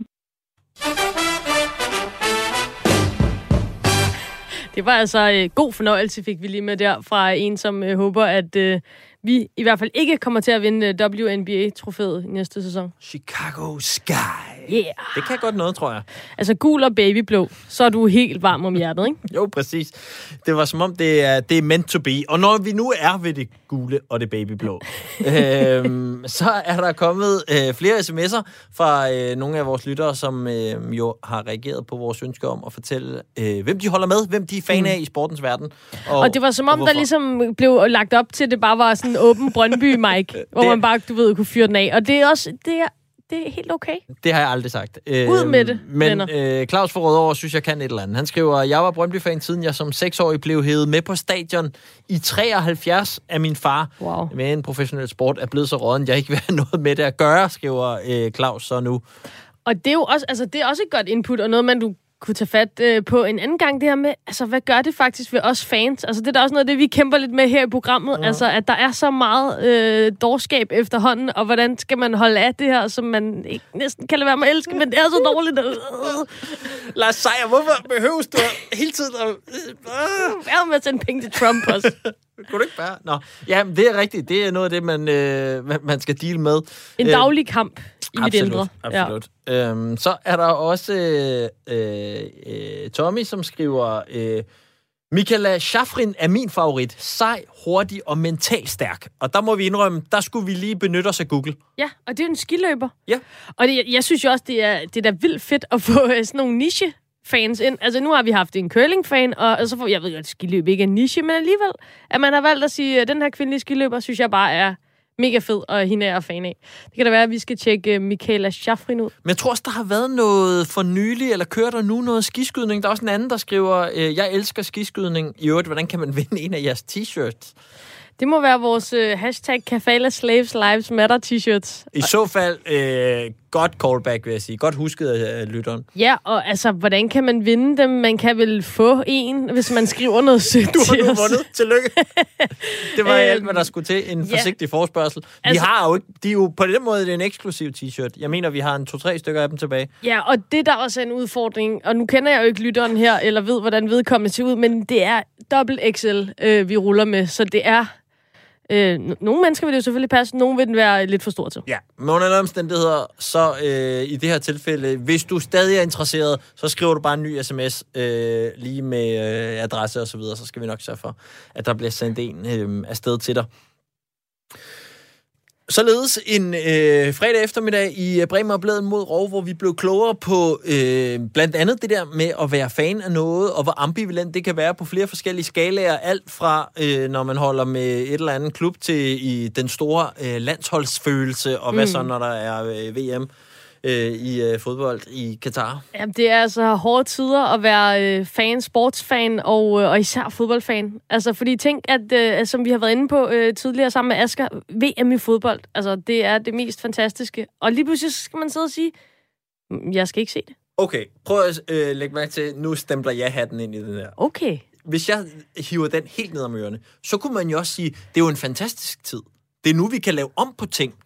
B: Det var altså uh, god fornøjelse, fik vi lige med der fra en, som uh, håber, at uh, vi i hvert fald ikke kommer til at vinde uh, W N B A-trofæet næste sæson.
A: Chicago Sky.
B: Yeah.
A: Det kan godt noget, tror jeg.
B: Altså gul og babyblå, så er du helt varm om hjertet, ikke?
A: Jo, præcis. Det var som om, det er, det er meant to be. Og når vi nu er ved det gule og det babyblå, øhm, så er der kommet øh, flere sms'er fra øh, nogle af vores lyttere, som øh, jo har reageret på vores ønske om at fortælle, øh, hvem de holder med, hvem de er fan af mm. i sportens verden. Og,
B: og det var som om, der ligesom blev lagt op til, at det bare var sådan en åben Brøndby-mic, hvor man bare, du ved, kunne fyre den af. Og det er også... Det er Det er helt okay.
A: Det har jeg aldrig sagt.
B: Ud med det,
A: Men øh, Claus fra Rødovre synes, jeg kan et eller andet. Han skriver, jeg var Brøndby-fan siden jeg som seksårig blev hævet med på stadion i treoghalvfjerds af min far.
B: Wow.
A: Med en professionel sport er blevet så råden, jeg ikke vil have noget med det at gøre, skriver øh, Claus så nu.
B: Og det er jo også, altså, det er også et godt input, og noget, man du kunne tage fat øh, på en anden gang, det her med, altså, hvad gør det faktisk ved os fans? Altså, det er da også noget af det, vi kæmper lidt med her i programmet, ja. Altså, at der er så meget øh, dårskab efterhånden, og hvordan skal man holde af det her, som man ikke næsten kan lade være med at elske, men det er så dårligt.
A: Lars Seier, hvorfor behøves du hele tiden at...
B: Hvad med at sende penge til Trump også?
A: Kunne du ikke bare? Nå, ja, det er rigtigt. Det er noget af det, man, øh, man skal deale med.
B: En daglig kamp i mit indre.
A: Absolut. Ja. Øhm, så er der også øh, øh, Tommy, som skriver, øh, Michaela Schafrin er min favorit. Sej, hurtig og mentalt stærk. Og der må vi indrømme, der skulle vi lige benytte os af Google.
B: Ja, og det er en skiløber.
A: Ja.
B: Og det, jeg synes jo også, det er, det er da vildt fedt at få sådan nogle niche fans ind. Altså, nu har vi haft en curling-fan, og, og så får, jeg ved godt, at skiløb ikke er en niche, men alligevel, at man har valgt at sige, at den her kvindelige skiløber, synes jeg bare er mega fed, og hende er jeg fan af. Det kan da være, at vi skal tjekke Michaela Schafrin ud.
A: Men jeg tror også, der har været noget for nylig, eller kører der nu noget skiskydning? Der er også en anden, der skriver, øh, jeg elsker skiskydning. I øvrigt, hvordan kan man vinde en af jeres t-shirts?
B: Det må være vores øh, hashtag Kafala Slaves Lives Matter t-shirts.
A: I så fald, øh, godt callback, vil jeg sige. Godt husket af uh, lytteren.
B: Ja, og altså, hvordan kan man vinde dem? Man kan vel få en, hvis man skriver noget sødt
A: til os. Du har
B: nu
A: vundet. Tillykke. Det var alt, hvad der skulle til. En forsigtig ja. forespørgsel. Vi altså, har jo ikke... De er jo på den måde, det er en eksklusiv t-shirt. Jeg mener, vi har en to-tre stykker af dem tilbage.
B: Ja, og det der også er en udfordring, og nu kender jeg jo ikke lytteren her, eller ved, hvordan vedkommende ser ud, men det er dobbelt X L, øh, vi ruller med, så det er... Øh, nogle mennesker vil det jo selvfølgelig passe, nogle vil den være lidt for stor til.
A: Ja, men under alle omstændigheder, så øh, i det her tilfælde, hvis du stadig er interesseret, så skriver du bare en ny sms, øh, lige med øh, adresse og så videre, så skal vi nok sørge for, at der bliver sendt en øh, afsted til dig. Således en øh, fredag eftermiddag i Bremer og Bledel mod Rov, hvor vi blev klogere på øh, blandt andet det der med at være fan af noget, og hvor ambivalent det kan være på flere forskellige skalaer. Alt fra, øh, når man holder med et eller andet klub, til i den store øh, landsholdsfølelse, og mm. hvad så, når der er øh, V M øh, i øh, fodbold i Katar.
B: Jamen, det er altså hårde tider at være øh, fan, sportsfan og, øh, og især fodboldfan. Altså, fordi tænk, at øh, som vi har været inde på øh, tidligere sammen med Asger, V M i fodbold, altså, det er det mest fantastiske. Og lige pludselig skal man sidde og sige, jeg skal ikke se det.
A: Okay, prøv at øh, lægge mærke til, nu stempler jeg hatten ind i den der.
B: Okay.
A: Hvis jeg hiver den helt ned om ørerne, så kunne man jo også sige, det er jo en fantastisk tid. Det er nu, vi kan lave om på ting.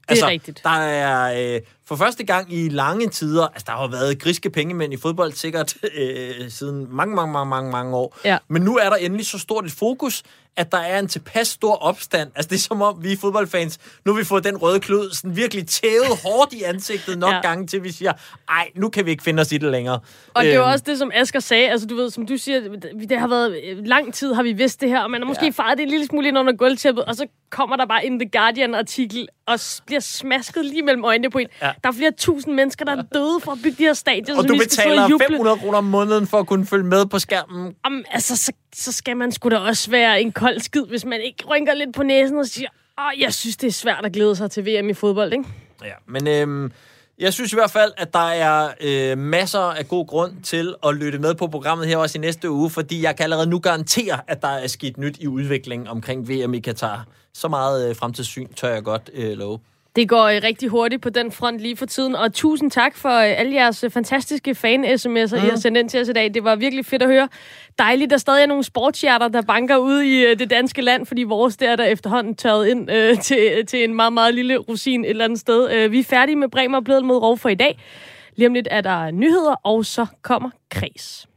A: Altså,
B: rigtigt.
A: Der er øh, for første gang i lange tider, altså der har jo været griske pengemænd i fodbold sikkert øh, siden mange, mange, mange, mange, mange år.
B: Ja.
A: Men nu er der endelig så stort et fokus, at der er en tilpas stor opstand. Altså det er som om, vi fodboldfans, nu har vi fået den røde klud sådan virkelig tævet hårdt i ansigtet nok ja. gange til, vi siger, ej, nu kan vi ikke finde os i det længere.
B: Og det er jo
A: Øhm.
B: også det, som Asger sagde, altså du ved, som du siger, det har været lang tid, har vi vidst det her, og man har måske ja. faret det en lille smule ind under gulvtæppet, og så kommer der bare en The Guardian-artikel, og bliver smasket lige mellem øjnene på en. Ja. Der er flere tusind mennesker, der er døde for at bygge de her stadier.
A: Og du betaler fem hundrede kroner om måneden for at kunne følge med på skærmen.
B: Om, altså, så, så skal man sgu da også være en kold skid, hvis man ikke rynker lidt på næsen og siger, åh, jeg synes, det er svært at glæde sig til V M i fodbold, ikke?
A: Ja, men øhm, jeg synes i hvert fald, at der er øh, masser af god grund til at lytte med på programmet her også i næste uge, fordi jeg kan allerede nu garantere, at der er sket nyt i udviklingen omkring V M i Katar. Så meget øh, fremtidssyn tør jeg godt øh, love.
B: Det går øh, rigtig hurtigt på den front lige for tiden, og tusind tak for øh, alle jeres øh, fantastiske fan-sms'er, mm. I har sendt ind til os i dag. Det var virkelig fedt at høre. Dejligt, der stadig er nogle sportshjerter, der banker ude i øh, det danske land, fordi vores der er der efterhånden tørret ind øh, til, til en meget, meget lille rosin et eller andet sted. Øh, vi er færdige med Bremer og Bledel mod Rov for i dag. Lige om lidt er der nyheder, og så kommer Kres.